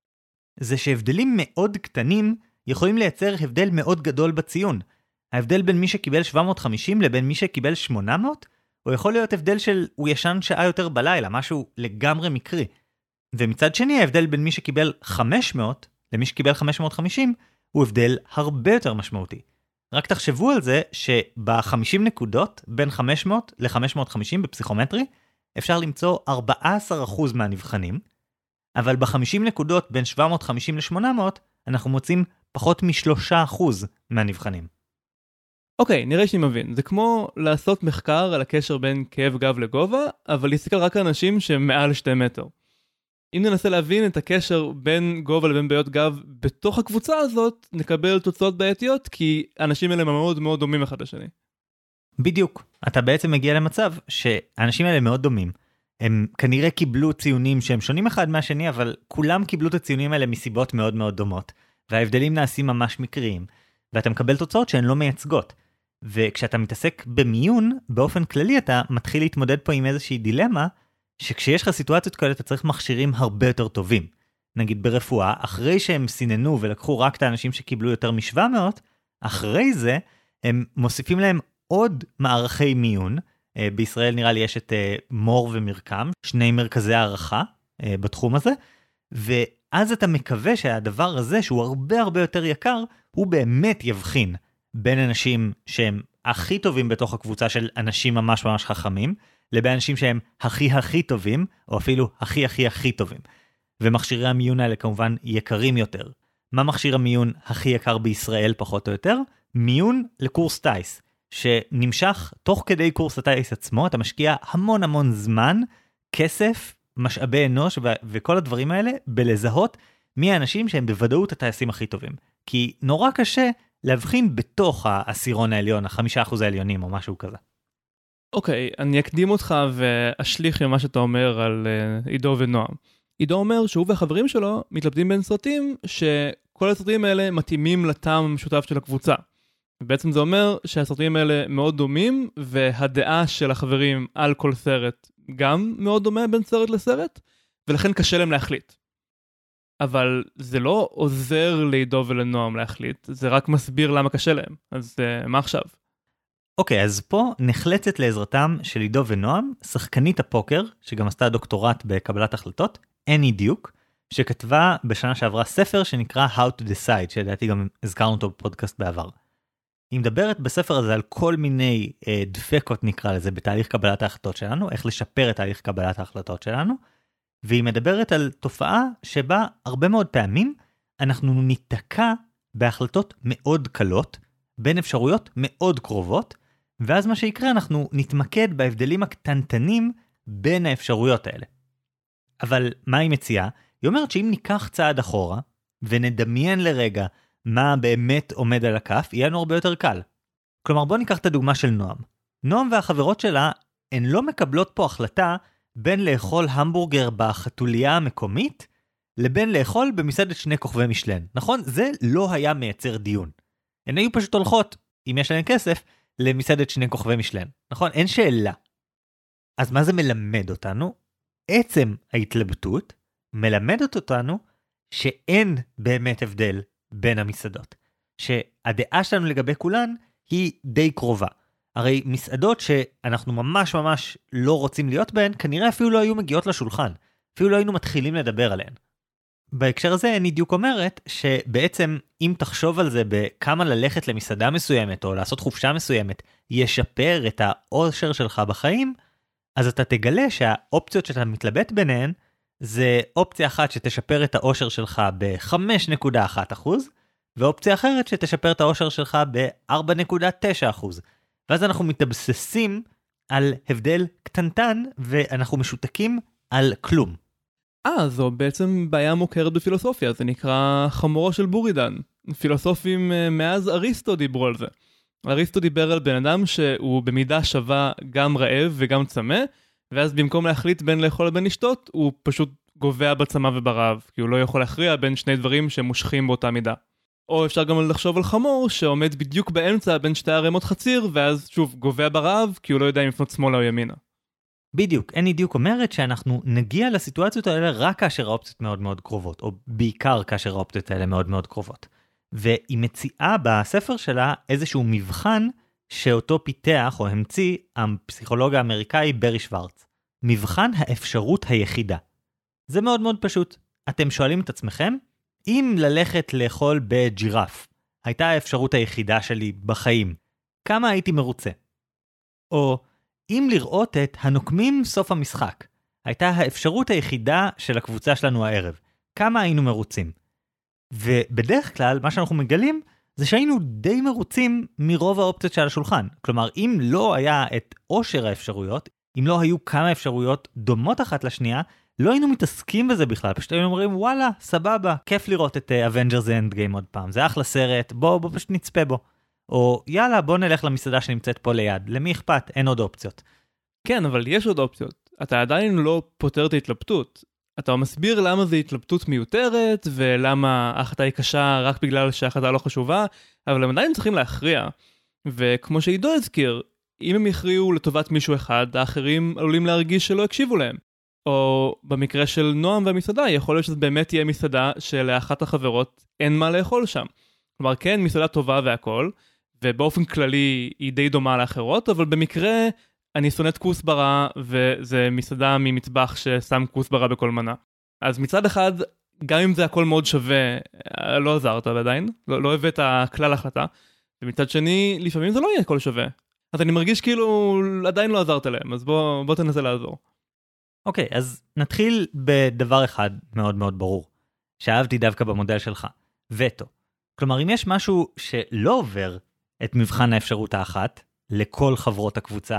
זה שהבדלים מאוד קטנים יכולים לייצר הבדל מאוד גדול בציון. ההבדל בין מי שקיבל 750 לבין מי שקיבל 800, הוא יכול להיות הבדל של הוא ישן שעה יותר בלילה, משהו לגמרי מקרי. ומצד שני, ההבדל בין מי שקיבל 500 למי שקיבל 550, הוא הבדל הרבה יותר משמעותי. רק תחשבו על זה שב-50 נקודות בין 500 ל-550 בפסיכומטרי, אפשר למצוא 14% מהנבחנים, אבל ב-50 נקודות בין 750 ל-800, אנחנו מוצאים פחות מ3% מהנבחנים. אוקיי, נראה שאני מבין. זה כמו לעשות מחקר על הקשר בין כאב גב לגובה, אבל להסתכל רק על אנשים שהם מעל 2 מטר. אם ננסה להבין את הקשר בין גובה לבין בעיות גב בתוך הקבוצה הזאת, נקבל תוצאות בעייתיות, כי האנשים האלה מאוד מאוד דומים אחד לשני. בדיוק. אתה בעצם מגיע למצב שהאנשים האלה מאוד דומים. הם כנראה קיבלו ציונים שהם שונים אחד מהשני, אבל כולם קיבלו את הציונים האלה מסיבות מאוד מאוד דומות, וההבדלים נעשים ממש מקריים, ואתה מקבל תוצאות שהן לא מייצגות. וכשאתה מתעסק במיון, באופן כללי אתה מתחיל להתמודד פה עם איזושהי דילמה, שכשיש לך סיטואציות כאלה אתה צריך מכשירים הרבה יותר טובים. נגיד ברפואה, אחרי שהם סיננו ולקחו רק את האנשים שקיבלו יותר מ-700, אחרי זה הם מוסיפים להם עוד מערכי מיון. בישראל נראה לי יש את מור ומרקם, 2 מרכזי הערכה בתחום הזה, ואז אתה מקווה שהדבר הזה, שהוא הרבה הרבה יותר יקר, הוא באמת יבחין בין אנשים שהם הכי טובים בתוך הקבוצה של אנשים ממש ממש חכמים, לבין אנשים שהם הכי הכי טובים, או אפילו הכי הכי הכי טובים. ומכשירי המיון האלה כמובן יקרים יותר. מה מכשיר המיון הכי יקר בישראל פחות או יותר? מיון לקורס טייס, שנמשך תוך כדי קורס הטייס עצמו, אתה משקיע המון המון זמן, כסף, משאבי אנוש וכל הדברים האלה, בלזהות מי האנשים שהם בוודאות הטייסים הכי טובים. כי נורא קשה להבחין בתוך העשירון העליון, 5% העליונים או משהו כזה. אוקיי, אני אקדים אותך ואשליך ממה שאתה אומר על עידו ונועם. עידו אומר שהוא והחברים שלו מתלבטים בין סרטים שכל הסרטים האלה מתאימים לטעם המשותף של הקבוצה. ובעצם זה אומר שהסרטים האלה מאוד דומים, והדעה של החברים על כל סרט גם מאוד דומה בין סרט לסרט, ולכן קשה להם להחליט. אבל זה לא עוזר לעידו ולנועם להחליט, זה רק מסביר למה קשה להם. אז מה עכשיו? אוקיי, אז פה נחלצת לעזרתם של עידו ונועם, שחקנית הפוקר, שגם עשתה דוקטורט בקבלת החלטות, אני דיוק, שכתבה בשנה שעברה ספר שנקרא How to Decide, שלדעתי גם הזכרנו אותו בפודקאסט בעבר. היא מדברת בספר הזה על כל מיני דפקות נקרא לזה בתהליך קבלת ההחלטות שלנו, איך לשפר את תהליך קבלת ההחלטות שלנו, והיא מדברת על תופעה שבה הרבה מאוד פעמים אנחנו ניתקע בהחלטות מאוד קלות, בין אפשרויות מאוד קרובות, ואז מה שיקרה אנחנו נתמקד בהבדלים הקטנטנים בין האפשרויות האלה. אבל מה היא מציעה? היא אומרת שאם ניקח צעד אחורה, ונדמיין לרגע מה באמת עומד על הכף, יהיה לנו הרבה יותר קל. כלומר, בוא ניקח את הדוגמה של נועם. נועם והחברות שלה, הן לא מקבלות פה החלטה בין לאכול המבורגר בחתוליה המקומית, לבין לאכול במסעדת 2 כוכבי משלן. נכון? זה לא היה מייצר דיון. הן היו פשוט הולכות, אם יש להן כסף, למסעדת 2 כוכבי משלן. נכון? אין שאלה. אז מה זה מלמד אותנו? עצם ההתלבטות מלמדת אותנו שאין באמת הבדל בין המסעדות. שהדעה שלנו לגבי כולן היא די קרובה. הרי מסעדות שאנחנו ממש ממש לא רוצים להיות בהן, כנראה אפילו לא היו מגיעות לשולחן. אפילו לא היינו מתחילים לדבר עליהן. בהקשר הזה אני דיוק אומרת שבעצם אם תחשוב על זה בכמה ללכת למסעדה מסוימת או לעשות חופשה מסוימת ישפר את האושר שלך בחיים, אז אתה תגלה שהאופציות שאתה מתלבט ביניהן זה אופציה אחת שתשפר את האושר שלך ב-5.1% ואופציה אחרת שתשפר את האושר שלך ב-4.9%. ואז אנחנו מתבססים על הבדל קטנטן ואנחנו משותקים על כלום. זו בעצם בעיה מוכרת בפילוסופיה, זה נקרא חמורו של בורידן. פילוסופים מאז אריסטו דיברו על זה. אריסטו דיבר על בן אדם שהוא במידה שווה גם רעב וגם צמא, ואז במקום להחליט בין לאכול לבין לשתות, הוא פשוט גובע בצמא וברעב, כי הוא לא יכול להכריע בין שני דברים שמושכים באותה מידה. או אפשר גם לחשוב על חמור שעומד בדיוק באמצע בין שתי ערימות חציר, ואז שוב גובע ברעב, כי הוא לא יודע אם לפנות שמאלה או ימינה. בדיוק, אני דיוק אומרת שאנחנו נגיע לסיטואציות האלה רק כאשר האופציות מאוד מאוד קרובות, או בעיקר כאשר האופציות האלה מאוד מאוד קרובות. והיא מציעה בספר שלה איזשהו מבחן שאותו פיתח או המציא הפסיכולוג האמריקאי ברי שוורץ. מבחן האפשרות היחידה. זה מאוד מאוד פשוט. אתם שואלים את עצמכם, אם ללכת לאכול בג'ירף, הייתה האפשרות היחידה שלי בחיים, כמה הייתי מרוצה? או אם לראות את הנוקמים סוף המשחק, הייתה האפשרות היחידה של הקבוצה שלנו הערב, כמה היינו מרוצים? ובדרך כלל מה שאנחנו מגלים זה שהיינו די מרוצים מרוב האופציות שעל השולחן. כלומר, אם לא היה את עושר האפשרויות, אם לא היו כמה אפשרויות דומות אחת לשנייה, לא היינו מתעסקים בזה בכלל. פשוט היינו אומרים, וואלה, סבבה, כיף לראות את Avengers Endgame עוד פעם. זה אחלה סרט, בוא פשוט נצפה בו. או יאללה, בוא נלך למסעדה שנמצאת פה ליד. למי אכפת? אין עוד אופציות. כן, אבל יש עוד אופציות. אתה עדיין לא פותר את ההתלבטות. אתה מסביר למה זה התלבטות מיותרת, ולמה ההחלטה היא קשה רק בגלל שההחלטה לא חשובה, אבל הם עדיין צריכים להכריע. וכמו שעידו הזכיר, אם הם יכריעו לטובת מישהו אחד, האחרים עלולים להרגיש שלא הקשיבו להם. או במקרה של נועם והמסעדה, יכול להיות שזה באמת יהיה מסעדה שלאחת החברות אין מה לאכול שם. כלומר, כן, מסעדה טובה והכל, ובאופן כללי היא די דומה לאחרות, אבל במקרה אני שונאת כוסברה, וזה מסעדה ממטבח ששם כוסברה בכל מנה. אז מצד אחד, גם אם זה הכל מאוד שווה, לא עזרת עדיין, לא הבאת כלל החלטה, ומצד שני, לפעמים זה לא יהיה הכל שווה. אז אני מרגיש כאילו עדיין לא עזרת להם, אז בוא תנסה לעזור. אוקיי, אז נתחיל בדבר אחד מאוד מאוד ברור, שאהבתי דווקא במודל שלך, וטו. כלומר, אם יש משהו שלא עובר את מבחן האפשרות האחת, לכל חברות הקבוצה,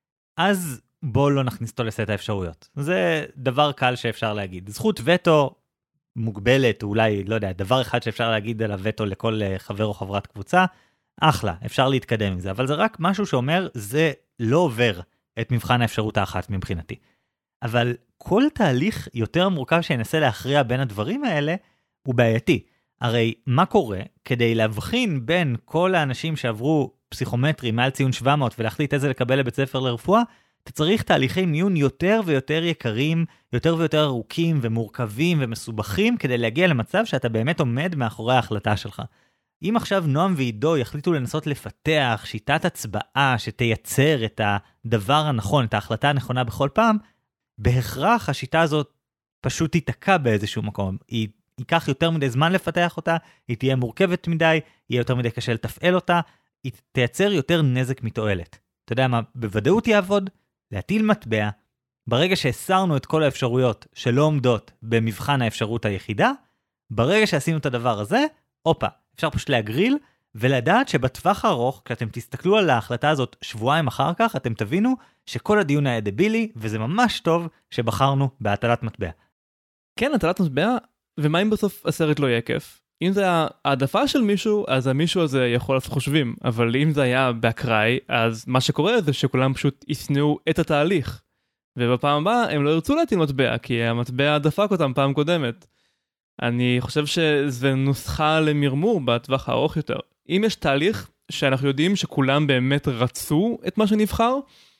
אז בוא לא נכניס אותו לסט האפשרויות. זה דבר קל שאפשר להגיד. זכות וטו מוגבלת, אולי, לא יודע, דבר אחד שאפשר להגיד על הווטו לכל חבר או חברת קבוצה, אחלה, אפשר להתקדם עם זה, אבל זה רק משהו שאומר, זה לא עובר את מבחן האפשרות האחת מבחינתי. אבל כל תהליך יותר מורכב שינסה להכריע בין הדברים האלה, הוא בעייתי. הרי מה קורה כדי להבחין בין כל האנשים שעברו פסיכומטרי מעל ציון 700 ולהחליט איזה לקבל לבית ספר לרפואה, אתה צריך תהליכי מיון יותר ויותר יקרים, יותר ויותר ארוכים ומורכבים ומסובכים, כדי להגיע למצב שאתה באמת עומד מאחורי ההחלטה שלך. אם עכשיו נועם ועידו יחליטו לנסות לפתח שיטת הצבעה שתייצר את הדבר הנכון, את ההחלטה הנכונה בכל פעם, בהכרח השיטה הזאת פשוט תיתקע באיזשהו מקום. היא ייקח יותר מדי זמן לפתח אותה, היא תהיה מורכבת מדי, יהיה יותר מדי קשה לתפעל אותה, היא תייצר יותר נזק מתועלת. אתה יודע מה, בוודאות יעבוד, להטיל מטבע, ברגע שהסרנו את כל האפשרויות שלא עומדות במבחן האפשרות היחידה, ברגע שעשינו את הדבר הזה, אופה, אפשר פשוט להגריל, ולדעת שבטווח הארוך, כשאתם תסתכלו על ההחלטה הזאת שבועיים אחר כך, אתם תבינו שכל הדיון היה דבילי, וזה ממש טוב שבחרנו בהטלת מטבע. כן, הטלת מטבע, ומה אם בסוף הסרט לא יהיה כיף? אם זה העדפה של מישהו, אז המישהו הזה יכול לעשות חושבים, אבל אם זה היה באקראי, אז מה שקורה זה שכולם פשוט ישנאו את התהליך. ובפעם הבאה הם לא ירצו להטיל מטבע, כי המטבע דפק אותם פעם קודמת. אני חושב שזה נוסחה למרמור בטווח הארוך יותר. אם יש תהליך שאנחנו יודעים שכולם באמת רצו את מה שנבחר,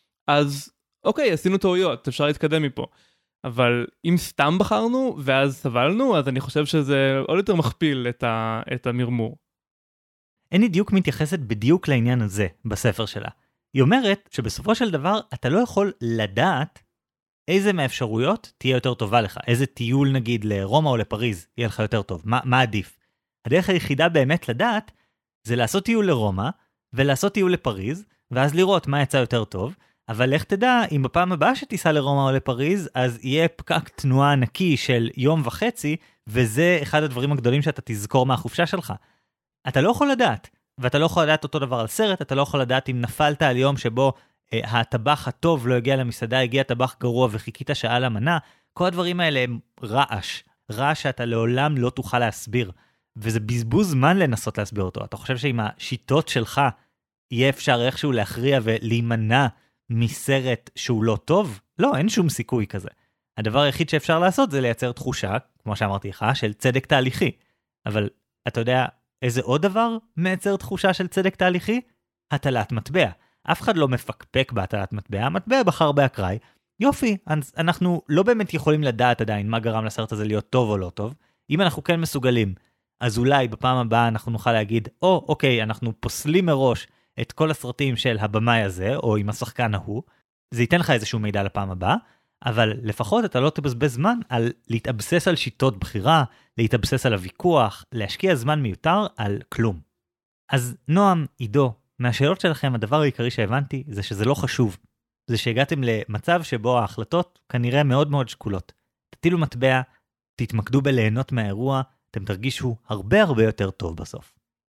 אז אוקיי, עשינו טעויות, אפשר להתקדם מפה. אבל אם סתם בחרנו ואז סבלנו, אז אני חושב שזה עוד יותר מכפיל את המרמור. אני דיוק מתייחסת בדיוק לעניין הזה בספר שלה. היא אומרת שבסופו של דבר אתה לא יכול לדעת איזה מהאפשרויות תהיה יותר טובה לך. איזה טיול נגיד לרומא או לפריז יהיה לך יותר טוב. מה עדיף? הדרך היחידה באמת לדעת זה לעשות טיול לרומא ולעשות טיול לפריז, ואז לראות מה יצא יותר טוב. אבל לך תדע, אם בפעם הבאה שתיסע לרומא או לפריז, אז יהיה פקק תנועה נקי של יום וחצי, וזה אחד הדברים הגדולים שאתה תזכור מהחופשה שלך. אתה לא יכול לדעת, ואתה לא יכול לדעת אותו דבר על סרט, אתה לא יכול לדעת אם נפלת על יום שבו הטבח הטוב לא הגיע למסעדה, הגיע טבח גרוע וחיכית שעה למנה, כל הדברים האלה הם רעש. רעש שאתה לעולם לא תוכל להסביר. וזה בזבוז זמן לנסות להסביר אותו. אתה חושב שעם השיטות שלך יהיה אפשר איכשהו להכריע ולהימנע מסרט שהוא לא טוב? לא, אין שום סיכוי כזה. הדבר היחיד שאפשר לעשות זה לייצר תחושה, כמו שאמרתי לך, של צדק תהליכי. אבל אתה יודע איזה עוד דבר מייצר תחושה של צדק תהליכי? הטלת מטבע. אף אחד לא מפקפק בהטלת מטבע, המטבע בחר באקראי. יופי, אנחנו לא באמת יכולים לדעת עדיין מה גרם לסרט הזה להיות טוב או לא טוב. אם אנחנו כן מסוגלים, אז אולי בפעם הבאה אנחנו נוכל להגיד, אוקיי, אנחנו פוסלים מראש את כל הסרטים של הבמאי הזה, או עם השחקן ההוא. זה ייתן לך איזשהו מידע לפעם הבאה, אבל לפחות אתה לא תבזבז זמן על להתאבסס על שיטות בחירה, להתאבסס על הוויכוח, להשקיע זמן מיותר על כלום. אז נועם, עידו, מהשאלות שלכם הדבר העיקרי שהבנתי זה שזה לא חשוב. זה שהגעתם למצב שבו ההחלטות כנראה מאוד מאוד שקולות. תטילו מטבע, תתמקדו בליהנות מהאירוע, אתם תרגישו הרבה הרבה יותר טוב בסוף.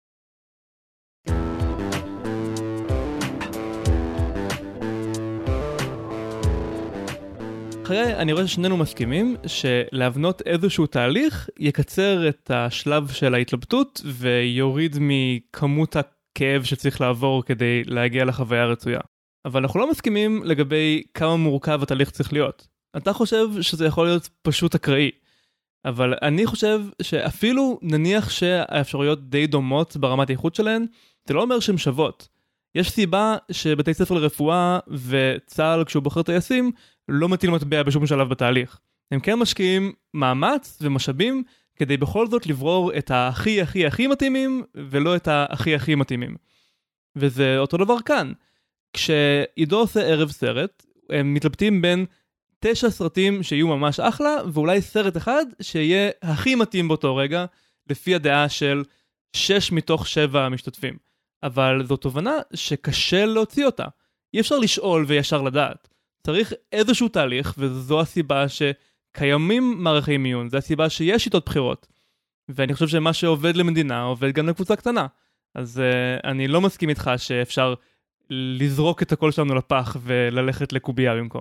אחרי, אני רואה ששנינו מסכימים שלהבנות איזשהו תהליך יקצר את השלב של ההתלבטות ויוריד מכמות הכאב שצריך לעבור כדי להגיע לחוויה הרצויה. אבל אנחנו לא מסכימים לגבי כמה מורכב התהליך צריך להיות. אתה חושב שזה יכול להיות פשוט אקראי. אבל אני חושב שאפילו נניח שהאפשרויות די דומות ברמת האיכות שלהן, זה לא אומר שהן שוות. יש סיבה שבתי ספר לרפואה וצה"ל כשהוא בוחר טייסים לא מטיל מטבע בשום שלב בתהליך. הם כן משקיעים מאמץ ומשאבים כדי בכל זאת לברור את הכי הכי הכי מתאימים ולא את הכי הכי מתאימים. וזה אותו דבר כאן. כשעידו עושה ערב סרט, הם מתלבטים בין 9 סרטים שיהיו ממש אחלה, ואולי סרט אחד שיהיה הכי מתאים באותו רגע, לפי הדעה של 6 מתוך 7 המשתתפים. אבל זו תובנה שקשה להוציא אותה. אי אפשר לשאול וישר לדעת. צריך איזשהו תהליך, וזו הסיבה שקיימים מערכי מיון, זו הסיבה שיש שיטות בחירות. ואני חושב שמה שעובד למדינה, עובד גם לקבוצה קטנה. אז אני לא מסכים איתך שאפשר לזרוק את הכל שלנו לפח וללכת לקובייה במקום.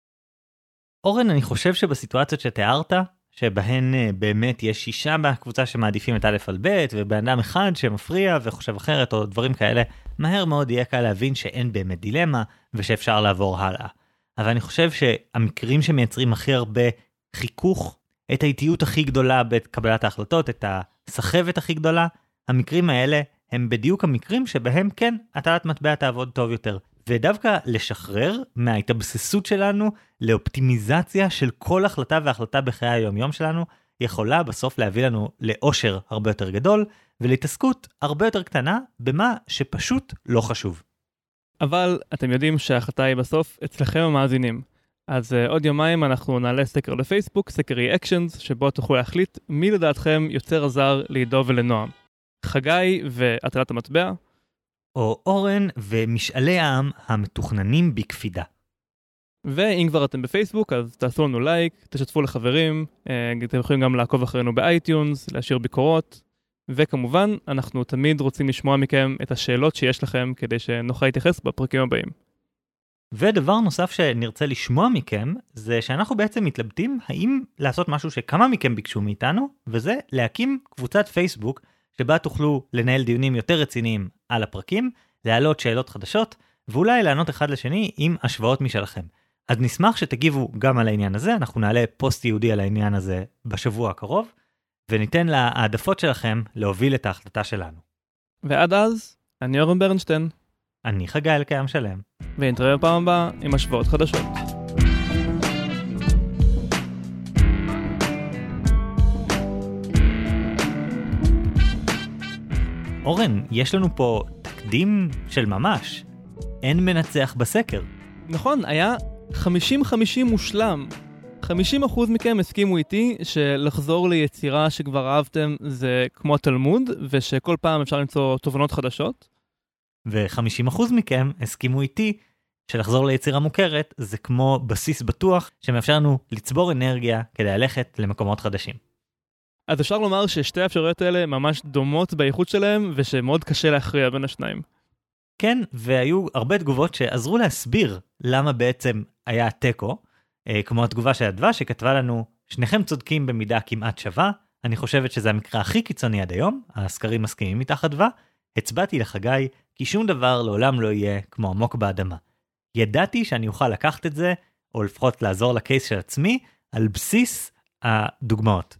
אורן, אני חושב שבסיטואציות שתיארת, שבהן באמת יש 6 בקבוצה שמעדיפים את א' על ב' ובאדם אחד שמפריע וחושב אחרת או דברים כאלה, מהר מאוד יהיה קל להבין שאין באמת דילמה ושאפשר לעבור הלאה. אבל אני חושב שהמקרים שמייצרים הכי הרבה חיכוך, את האיטיות הכי גדולה בקבלת ההחלטות, את הסחבת הכי גדולה, המקרים האלה הם בדיוק המקרים שבהם כן, הטלת מטבע תעבוד טוב יותר. ודווקא לשחרר מההתאבססות שלנו לאופטימיזציה של כל החלטה והחלטה בחיי היום-יום שלנו, יכולה בסוף להביא לנו לאושר הרבה יותר גדול, ולהתעסקות הרבה יותר קטנה במה שפשוט לא חשוב. אבל אתם יודעים שההחלטה היא בסוף אצלכם המאזינים. אז עוד יומיים אנחנו נעלה סקר לפייסבוק, סקר Reactions, שבו תוכלו להחליט מי לדעתכם יוצר עזר לעידו ולנועם. חגי והטלת המטבע, או אורן ומשאלי העם המתוכננים בקפידה. ואם כבר אתם בפייסבוק, אז תעשו לנו לייק, תשתפו לחברים, אתם יכולים גם לעקוב אחרינו באייטיונס, להשאיר ביקורות, וכמובן, אנחנו תמיד רוצים לשמוע מכם את השאלות שיש לכם, כדי שנוכל להתייחס בפרקים הבאים. ודבר נוסף שנרצה לשמוע מכם, זה שאנחנו בעצם מתלבטים האם לעשות משהו שכמה מכם ביקשו מאיתנו, וזה להקים קבוצת פייסבוק, שבה תוכלו לנהל דיונים יותר רציניים על הפרקים, להעלות שאלות חדשות, ואולי לענות אחד לשני עם השוואות משלכם. אז נשמח שתגיבו גם על העניין הזה, אנחנו נעלה פוסט יהודי על העניין הזה בשבוע הקרוב, וניתן להעדפות שלכם להוביל את ההחלטה שלנו. ועד אז, אני אורן ברנשטיין. אני חגי אלקיים שלם. ונתראה בפעם הבאה עם השוואות חדשות. אורן, יש לנו פה תקדים של ממש. אין מנצח בסקר. נכון, היה 50-50 מושלם. 50% מכם הסכימו איתי שלחזור ליצירה שכבר אהבתם זה כמו התלמוד, ושכל פעם אפשר למצוא תובנות חדשות. ו50% מכם הסכימו איתי שלחזור ליצירה מוכרת זה כמו בסיס בטוח שמאפשר לנו לצבור אנרגיה כדי ללכת למקומות חדשים. אז אפשר לומר ששתי האפשרויות האלה ממש דומות באיכות שלהם, ושמאוד קשה להכריע בין השניים. כן, והיו הרבה תגובות שעזרו להסביר למה בעצם היה טקו, כמו התגובה של הדווה שכתבה לנו שניכם צודקים במידה כמעט שווה, אני חושבת שזה המקרה הכי קיצוני עד היום, הסקרים מסכימים איתך אדווה, הצבעתי לחגי, כי שום דבר לעולם לא יהיה כמו עמוק באדמה. ידעתי שאני אוכל לקחת את זה, או לפחות לעזור לקייס של עצמי, על בסיס הדוגמאות.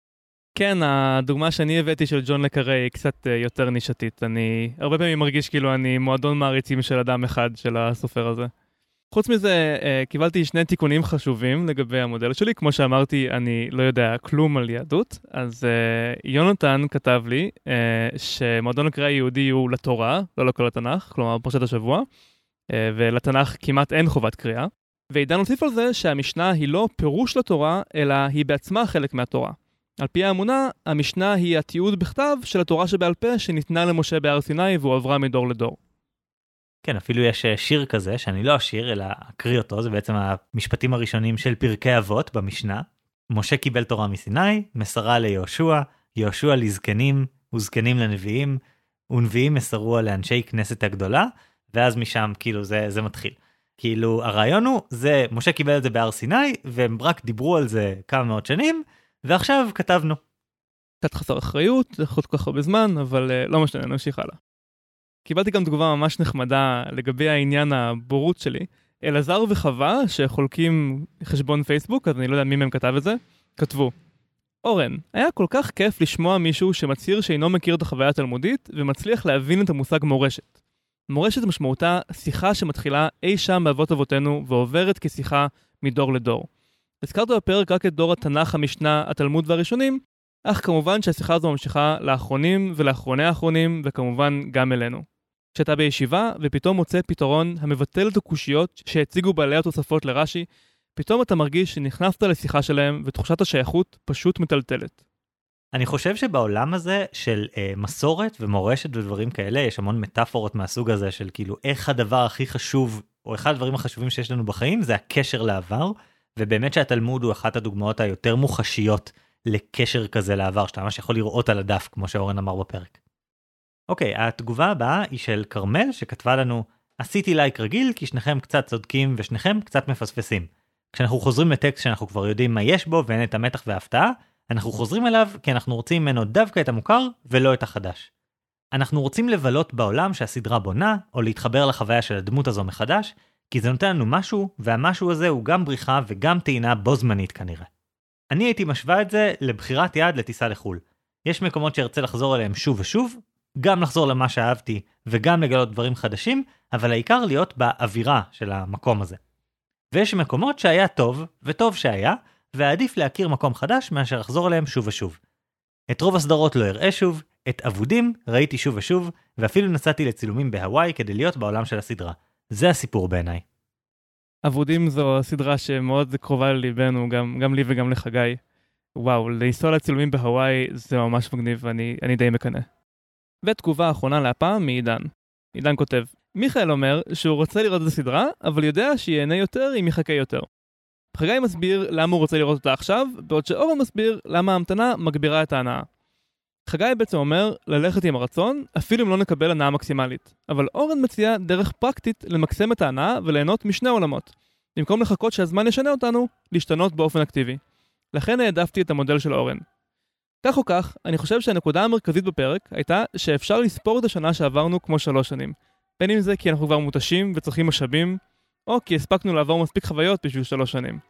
כן, הדוגמה שאני הבאתי של ג'ון לקארי היא קצת יותר נישתית. אני הרבה פעמים מרגיש כאילו אני מועדון מעריצים של אדם אחד של הסופר הזה. חוץ מזה, קיבלתי שני תיקונים חשובים לגבי המודל שלי. כמו שאמרתי, אני לא יודע כלום על יהדות. אז יונתן כתב לי שמועדון הקריאה היהודי הוא לתורה, לא לכל התנ"ך, כלומר פרשת השבוע, ולתנ"ך כמעט אין חובת קריאה. ועידן הוסיף על זה שהמשנה היא לא פירוש לתורה, אלא היא בעצמה חלק מהתורה. על פי האמונה, המשנה היא התיעוד בכתב של התורה שבעל פה שניתנה למשה בהר סיני והוא עברה מדור לדור. כן, אפילו יש שיר כזה, שאני לא אשיר, אלא אקריא אותו, זה בעצם המשפטים הראשונים של פרקי אבות במשנה. משה קיבל תורה מסיני, מסרה ליהושע, יהושע לזקנים, וזקנים לנביאים, ונביאים מסרו לאנשי כנסת הגדולה, ואז משם כאילו זה מתחיל. כאילו הרעיון הוא, זה משה קיבל את זה בהר סיני, והם רק דיברו על זה כמה מאות שנים, ועכשיו כתבנו. קצת חסר אחריות, זה יכול כל כך הרבה זמן, אבל לא משנה, נמשיך הלאה. קיבלתי גם תגובה ממש נחמדה לגבי העניין הבורות שלי. אלעזר וחווה, שחולקים חשבון פייסבוק, אז אני לא יודע מי מהם כתב את זה, כתבו: אורן, היה כל כך כיף לשמוע מישהו שמצהיר שאינו מכיר את החוויה התלמודית, ומצליח להבין את המושג מורשת. מורשת משמעותה שיחה שמתחילה אי שם באבות אבותינו, ועוברת כשיחה מדור לדור. הזכרת בפרק רק את דור התנ"ך, המשנה, התלמוד והראשונים, אך כמובן שהשיחה הזו ממשיכה לאחרונים ולאחרוני האחרונים, וכמובן גם אלינו. כשאתה בישיבה ופתאום מוצא פתרון המבטל את הקושיות שהציגו בעלי התוספות לרש"י, פתאום אתה מרגיש שנכנסת לשיחה שלהם ותחושת השייכות פשוט מטלטלת. אני חושב שבעולם הזה של מסורת ומורשת ודברים כאלה, יש המון מטאפורות מהסוג הזה של כאילו איך הדבר הכי חשוב, או אחד הדברים החשובים שיש לנו בחיים, זה הקשר לעבר, ובאמת שהתלמוד הוא אחת הדוגמאות היותר מוחשיות לקשר כזה לעבר, שאתה ממש יכול לראות על הדף, כמו שאורן אמר בפרק. אוקיי, התגובה הבאה היא של קרמל, שכתבה לנו: עשיתי לייק רגיל, כי שניכם קצת צודקים ושניכם קצת מפספסים. כשאנחנו חוזרים לטקסט שאנחנו כבר יודעים מה יש בו, ואין את המתח וההפתעה, אנחנו חוזרים אליו כי אנחנו רוצים ממנו דווקא את המוכר ולא את החדש. אנחנו רוצים לבלות בעולם שהסדרה בונה, או להתחבר לחוויה של הדמות הזו מחדש, כי זה נותן לנו משהו, והמשהו הזה הוא גם בריחה וגם טעינה בו זמנית כנראה. אני הייתי משווה את זה לבחירת יעד לטיסה לחול. יש מקומות שארצה לחזור אליהם שוב ושוב, גם לחזור למה שאהבתי וגם לגלות דברים חדשים, אבל העיקר להיות באווירה של המקום הזה. ויש מקומות שהיה טוב, וטוב שהיה, ועדיף להכיר מקום חדש מאשר לחזור אליהם שוב ושוב. את רוב הסדרות לא אראה שוב, את עבודים ראיתי שוב ושוב, ואפילו נסעתי לצילומים בהוואי כדי להיות בעולם של הסדרה. זה הסיפור בעיניי. עבודים זו סדרה שמאוד קרובה לליבנו, גם לי וגם לחגי. וואו, לנסוע לצילומים בהוואי זה ממש מגניב, ואני די מקנא. ותגובה האחרונה להפעם מעידן. עידן כותב: מיכאל אומר שהוא רוצה לראות את הסדרה, אבל יודע שיהנה יותר אם יחכה יותר. חגי מסביר למה הוא רוצה לראות אותה עכשיו, בעוד שאורן מסביר למה ההמתנה מגבירה את ההנאה. חגי בעצם אומר ללכת עם הרצון, אפילו אם לא נקבל הנאה מקסימלית. אבל אורן מציע דרך פרקטית למקסם את ההנאה וליהנות משני עולמות. במקום לחכות שהזמן ישנה אותנו, להשתנות באופן אקטיבי. לכן העדפתי את המודל של אורן. כך או כך, אני חושב שהנקודה המרכזית בפרק הייתה שאפשר לספור את השנה שעברנו כמו 3 שנים. בין אם זה כי אנחנו כבר מותשים וצריכים משאבים, או כי הספקנו לעבור מספיק חוויות בשביל 3 שנים.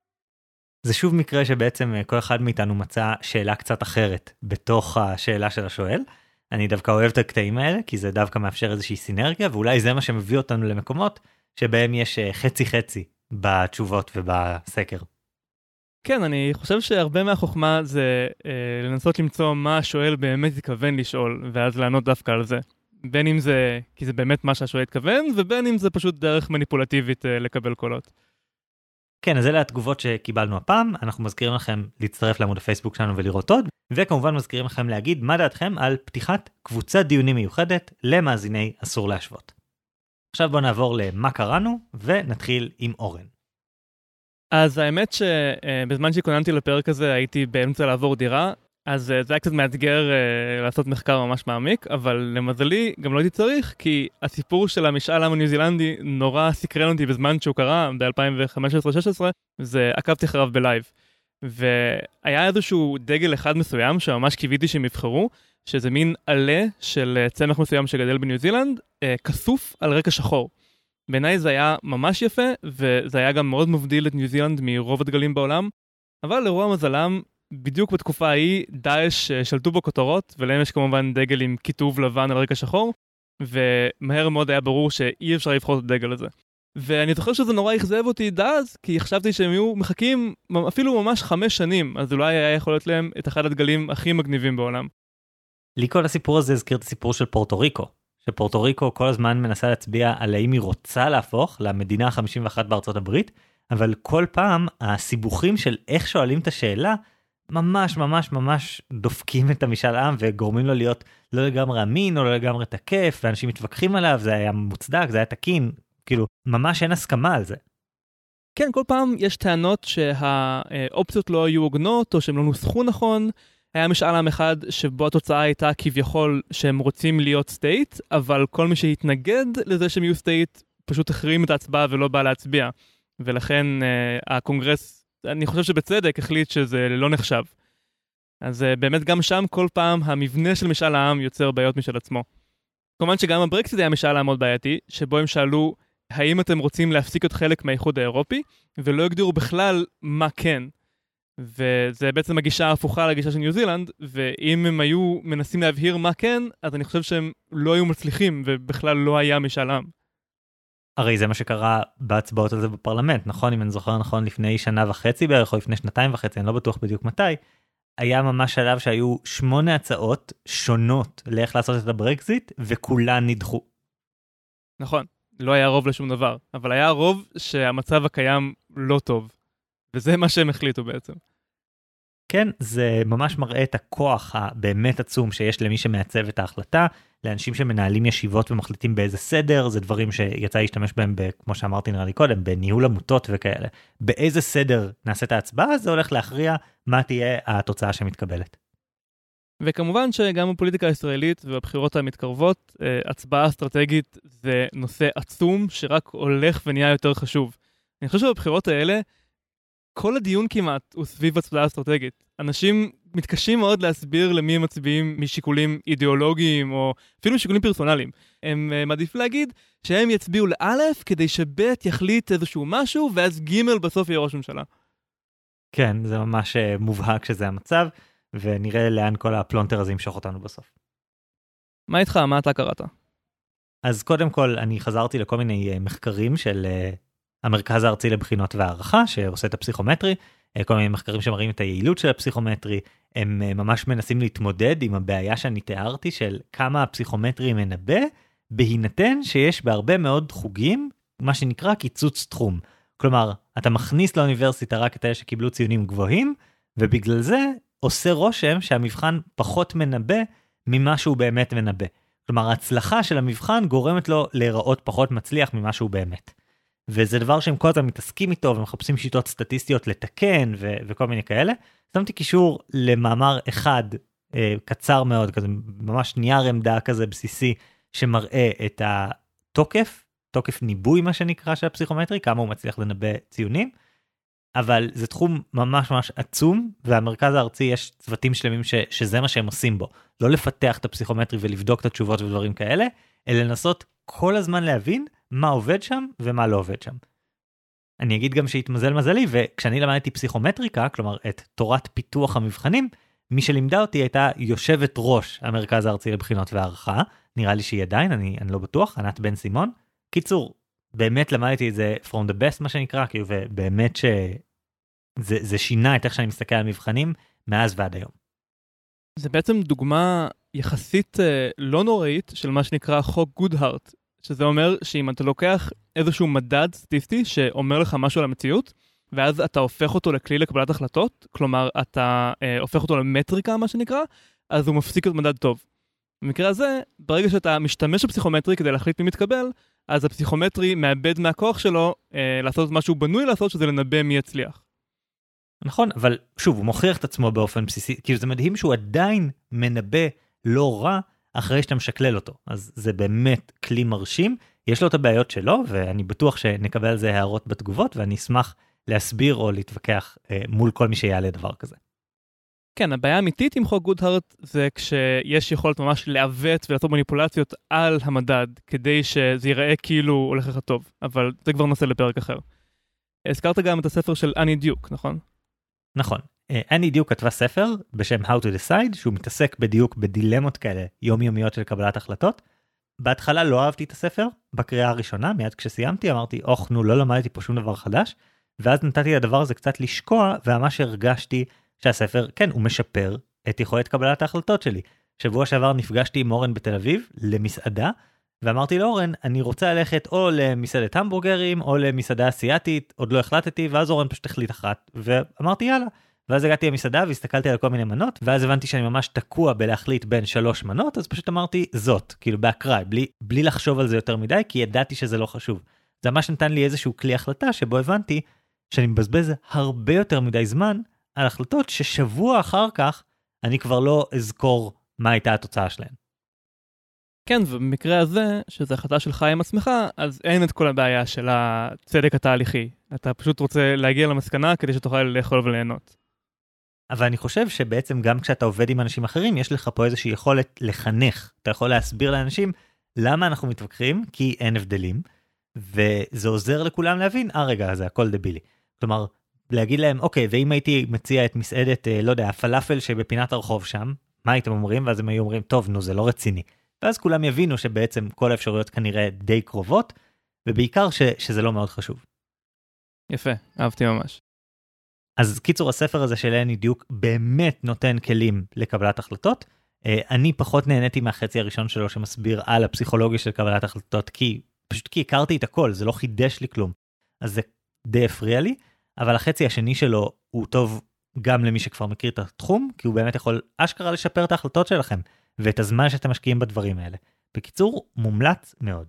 זה שוב מקרה שבעצם כל אחד מאיתנו מצא שאלה קצת אחרת בתוך השאלה של השואל. אני דווקא אוהב את הקטעים האלה, כי זה דווקא מאפשר איזושהי סינרגיה, ואולי זה מה שמביא אותנו למקומות שבהם יש חצי-חצי בתשובות ובסקר. כן, אני חושב שהרבה מהחוכמה זה לנסות למצוא מה השואל באמת התכוון לשאול, ואז לענות דווקא על זה. בין אם זה כי זה באמת מה שהשואל התכוון, ובין אם זה פשוט דרך מניפולטיבית לקבל קולות. כן, אז אלה התגובות שקיבלנו הפעם. אנחנו מזכירים לכם להצטרף לעמוד הפייסבוק שלנו ולראות עוד, וכמובן מזכירים לכם להגיד מה דעתכם על פתיחת קבוצת דיונים מיוחדת למאזיני אסור להשוות. עכשיו בואו נעבור למה קראנו, ונתחיל עם אורן. אז האמת שבזמן שהתכוננתי לפרק הזה הייתי באמצע לעבור דירה, אז זה היה קצת מאתגר לעשות מחקר ממש מעמיק, אבל למזלי גם לא הייתי צריך, כי הסיפור של המשאל עם הניו זילנדי נורא סקרן אותי בזמן שהוא קרה, ב-2015-2016, עקבתי אחריו בלייב. והיה איזשהו דגל אחד מסוים שממש קיוויתי שהם יבחרו, שזה מין עלה של צמח מסוים שגדל בניו זילנד, כסוף על רקע שחור. בעיניי זה היה ממש יפה, וזה היה גם מאוד מבדיל את ניו זילנד מרוב הדגלים בעולם, אבל לרוע מזלם, בדיוק בתקופה ההיא, דאעש שלטו בכותרות, ולהם יש כמובן דגל עם כיתוב לבן על רקע שחור, ומהר מאוד היה ברור שאי אפשר לבחור את הדגל הזה. ואני זוכר שזה נורא הכזב אותי דאז, כי חשבתי שהם יהיו מחכים אפילו ממש 5 שנים, אז אולי היה יכול להיות להם את אחד הדגלים הכי מגניבים בעולם. לי כל הסיפור הזה הזכיר את הסיפור של פורטו ריקו, שפורטו ריקו כל הזמן מנסה להצביע על האם היא רוצה להפוך למדינה ה-51 בארצות הברית, אבל כל פעם הסיבוכים של איך שואלים את השאלה, ממש ממש ממש דופקים את המשאל עם וגורמים לו להיות לא לגמרי אמין או לא לגמרי תקף, ואנשים מתווכחים עליו, זה היה מוצדק, זה היה תקין, כאילו ממש אין הסכמה על זה. כן, כל פעם יש טענות שהאופציות לא היו הוגנות או שהם לא נוסחו נכון. היה משאל עם אחד שבו התוצאה הייתה כביכול שהם רוצים להיות סטייט, אבל כל מי שהתנגד לזה שהם יהיו סטייט פשוט החרים את ההצבעה ולא בא להצביע. ולכן הקונגרס, אני חושב שבצדק, החליט שזה לא נחשב. אז באמת גם שם כל פעם המבנה של משאל העם יוצר בעיות משל עצמו. כמובן שגם הברקסיט היה משאל העם מאוד בעייתי, שבו הם שאלו האם אתם רוצים להפסיק את חלק מהאיחוד האירופי, ולא הגדירו בכלל מה כן. וזה בעצם הגישה ההפוכה לגישה של ניו זילנד, ואם הם היו מנסים להבהיר מה כן, אז אני חושב שהם לא היו מצליחים, ובכלל לא היה משאל עם. הרי זה מה שקרה בהצבעות על זה בפרלמנט, נכון? אם אני זוכר נכון, לפני 1.5 שנה בערך, או לפני 2.5 שנים, אני לא בטוח בדיוק מתי, היה ממש שלב שהיו 8 הצעות שונות לאיך לעשות את הברקזיט, וכולן נדחו. נכון, לא היה רוב לשום דבר, אבל היה רוב שהמצב הקיים לא טוב, וזה מה שהם החליטו בעצם. כן, זה ממש מראה את הכוח הבאמת עצום שיש למי שמעצב את ההחלטה, לאנשים שמנהלים ישיבות ומחליטים באיזה סדר, זה דברים שיצא להשתמש בהם, כמו שאמרתי נראה לי קודם, בניהול עמותות וכאלה. באיזה סדר נעשה את ההצבעה, זה הולך להכריע מה תהיה התוצאה שמתקבלת. וכמובן שגם בפוליטיקה הישראלית ובבחירות המתקרבות, הצבעה אסטרטגית זה נושא עצום שרק הולך ונהיה יותר חשוב. אני חושב שבבחירות האלה, כל הדיון כמעט הוא סביב הצבעה אסטרטגית. אנשים מתקשים מאוד להסביר למי הם מצביעים משיקולים אידיאולוגיים או אפילו משיקולים פרסונליים. הם מעדיף להגיד שהם יצביעו לאלף כדי שבית יחליט איזשהו משהו ואז ג' בסוף יהיה ראש ממשלה. כן, זה ממש מובהק שזה המצב, ונראה לאן כל הפלונטר הזה ימשוך אותנו בסוף. מה איתך? מה אתה קראת? אז קודם כל אני חזרתי לכל מיני מחקרים של המרכז הארצי לבחינות והערכה שעושה את הפסיכומטרי, כל מיני מחקרים שמראים את היעילות של הפסיכומטרי, הם ממש מנסים להתמודד עם הבעיה שאני תיארתי של כמה הפסיכומטרי מנבא, בהינתן שיש בהרבה מאוד חוגים מה שנקרא קיצוץ תחום. כלומר, אתה מכניס לאוניברסיטה רק את אלה שקיבלו ציונים גבוהים, ובגלל זה עושה רושם שהמבחן פחות מנבא ממה שהוא באמת מנבא. כלומר, ההצלחה של המבחן גורמת לו להיראות פחות מצליח ממה שהוא באמת. וזה דבר שהם כל הזמן מתעסקים איתו ומחפשים שיטות סטטיסטיות לתקן וכל מיני כאלה. שמתי קישור למאמר אחד קצר מאוד, כזה ממש נייר עמדה כזה בסיסי, שמראה את תוקף ניבוי מה שנקרא של הפסיכומטרי, כמה הוא מצליח לנבא ציונים, אבל זה תחום ממש ממש עצום, והמרכז הארצי יש צוותים שלמים שזה מה שהם עושים בו, לא לפתח את הפסיכומטרי ולבדוק את התשובות ודברים כאלה, אלא לנסות כל הזמן להבין מה עובד שם ומה לא עובד שם. אני אגיד גם שהתמזל מזלי, וכשאני למדתי פסיכומטריקה, כלומר את תורת פיתוח המבחנים, מי שלימדה אותי הייתה יושבת ראש המרכז הארצי לבחינות והערכה, נראה לי שהיא עדיין, אני לא בטוח, ענת בן סימון. קיצור, באמת למדתי את זה from the best מה שנקרא, כאילו, ובאמת שזה שינה את איך שאני מסתכל על מבחנים מאז ועד היום. זה בעצם דוגמה יחסית לא נוראית של מה שנקרא חוק גודהארט, שזה אומר שאם אתה לוקח איזשהו מדד סטטיסטי שאומר לך משהו על המציאות, ואז אתה הופך אותו לכלי לקבלת החלטות, כלומר אתה הופך אותו למטריקה מה שנקרא, אז הוא מפסיק להיות מדד טוב. במקרה הזה, ברגע שאתה משתמש בפסיכומטרי כדי להחליט מי מתקבל, אז הפסיכומטרי מאבד מהכוח שלו לעשות מה שהוא בנוי לעשות, שזה לנבא מי יצליח. נכון, אבל שוב, הוא מוכיח את עצמו באופן בסיסי, כאילו זה מדהים שהוא עדיין מנבא לא רע, אחרי שאתה משקלל אותו. אז זה באמת כלי מרשים, יש לו את הבעיות שלו, ואני בטוח שנקבל על זה הערות בתגובות, ואני אשמח להסביר או להתווכח מול כל מי שיעלה דבר כזה. כן, הבעיה האמיתית עם חוק גודהארט זה כשיש יכולת ממש לעוות ולעשות מניפולציות על המדד, כדי שזה ייראה כאילו הולך לך טוב, אבל זה כבר נושא לפרק אחר. הזכרת גם את הספר של אני דיוק, נכון? נכון. אני דיוק כתבה ספר בשם How to Decide, שהוא מתעסק בדיוק בדילמות כאלה יומיומיות של קבלת החלטות. בהתחלה לא אהבתי את הספר, בקריאה הראשונה, מיד כשסיימתי אמרתי, נו, לא למדתי פה שום דבר חדש, ואז נתתי לדבר הזה קצת לשקוע, וממש הרגשתי שהספר, כן, הוא משפר את יכולת קבלת ההחלטות שלי. שבוע שעבר נפגשתי עם אורן בתל אביב, למסעדה, ואמרתי לאורן, אני רוצה ללכת או למסעדת המבורגרים, או למסעדה אסיאטית, עוד לא החלטתי, ואז אורן פשוט החליט אחת, ואמרתי יאללה. ואז הגעתי למסעדה והסתכלתי על כל מיני מנות, ואז הבנתי שאני ממש תקוע בלהחליט בין 3 מנות, אז פשוט אמרתי זאת, כאילו באקראי, בלי לחשוב על זה יותר מדי, כי ידעתי שזה לא חשוב. זה ממש נתן לי איזשהו כלי החלטה, שבו הבנתי שאני מבזבז הרבה יותר מדי זמן, על החלטות ששבוע אחר כך, אני כבר לא אזכור מה הייתה התוצאה שלהן. כן, ובמקרה הזה, שזה החלטה שלך עם עצמך, אז אין את כל הבעיה של הצדק התהליכי. אתה פשוט רוצה להגיע למסקנה כדי שתוכל לאכול וליהנות. אבל אני חושב שבעצם גם כשאתה עובד עם אנשים אחרים, יש לך פה איזושהי יכולת לחנך. אתה יכול להסביר לאנשים למה אנחנו מתווכחים, כי אין הבדלים, וזה עוזר לכולם להבין, רגע, זה הכל דבילי. כלומר, להגיד להם, אוקיי, ואם הייתי מציע את מסעדת, לא יודע, הפלאפל שבפינת הרחוב שם, מה הייתם אומרים? ואז הם היו אומרים, טוב, נו, זה לא רציני. ואז כולם יבינו שבעצם כל האפשרויות כנראה די קרובות, ובעיקר שזה לא מאוד חשוב. יפה, אהבתי ממש. אז קיצור, הספר הזה של אני דיוק באמת נותן כלים לקבלת החלטות. אני פחות נהניתי מהחצי הראשון שלו שמסביר על הפסיכולוגיה של קבלת החלטות, פשוט כי הכרתי את הכל, זה לא חידש לי כלום. אז זה די הפריע לי, אבל החצי השני שלו הוא טוב גם למי שכבר מכיר את התחום, כי הוא באמת יכול אשכרה לשפר את ההחלטות שלכם, ואת הזמן שאתם משקיעים בדברים האלה. בקיצור, מומלץ מאוד.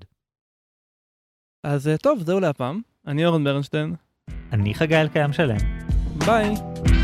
אז טוב, זהו להפעם. אני אורן ברנשטיין. אני חגי אלקיים שלם. ביי.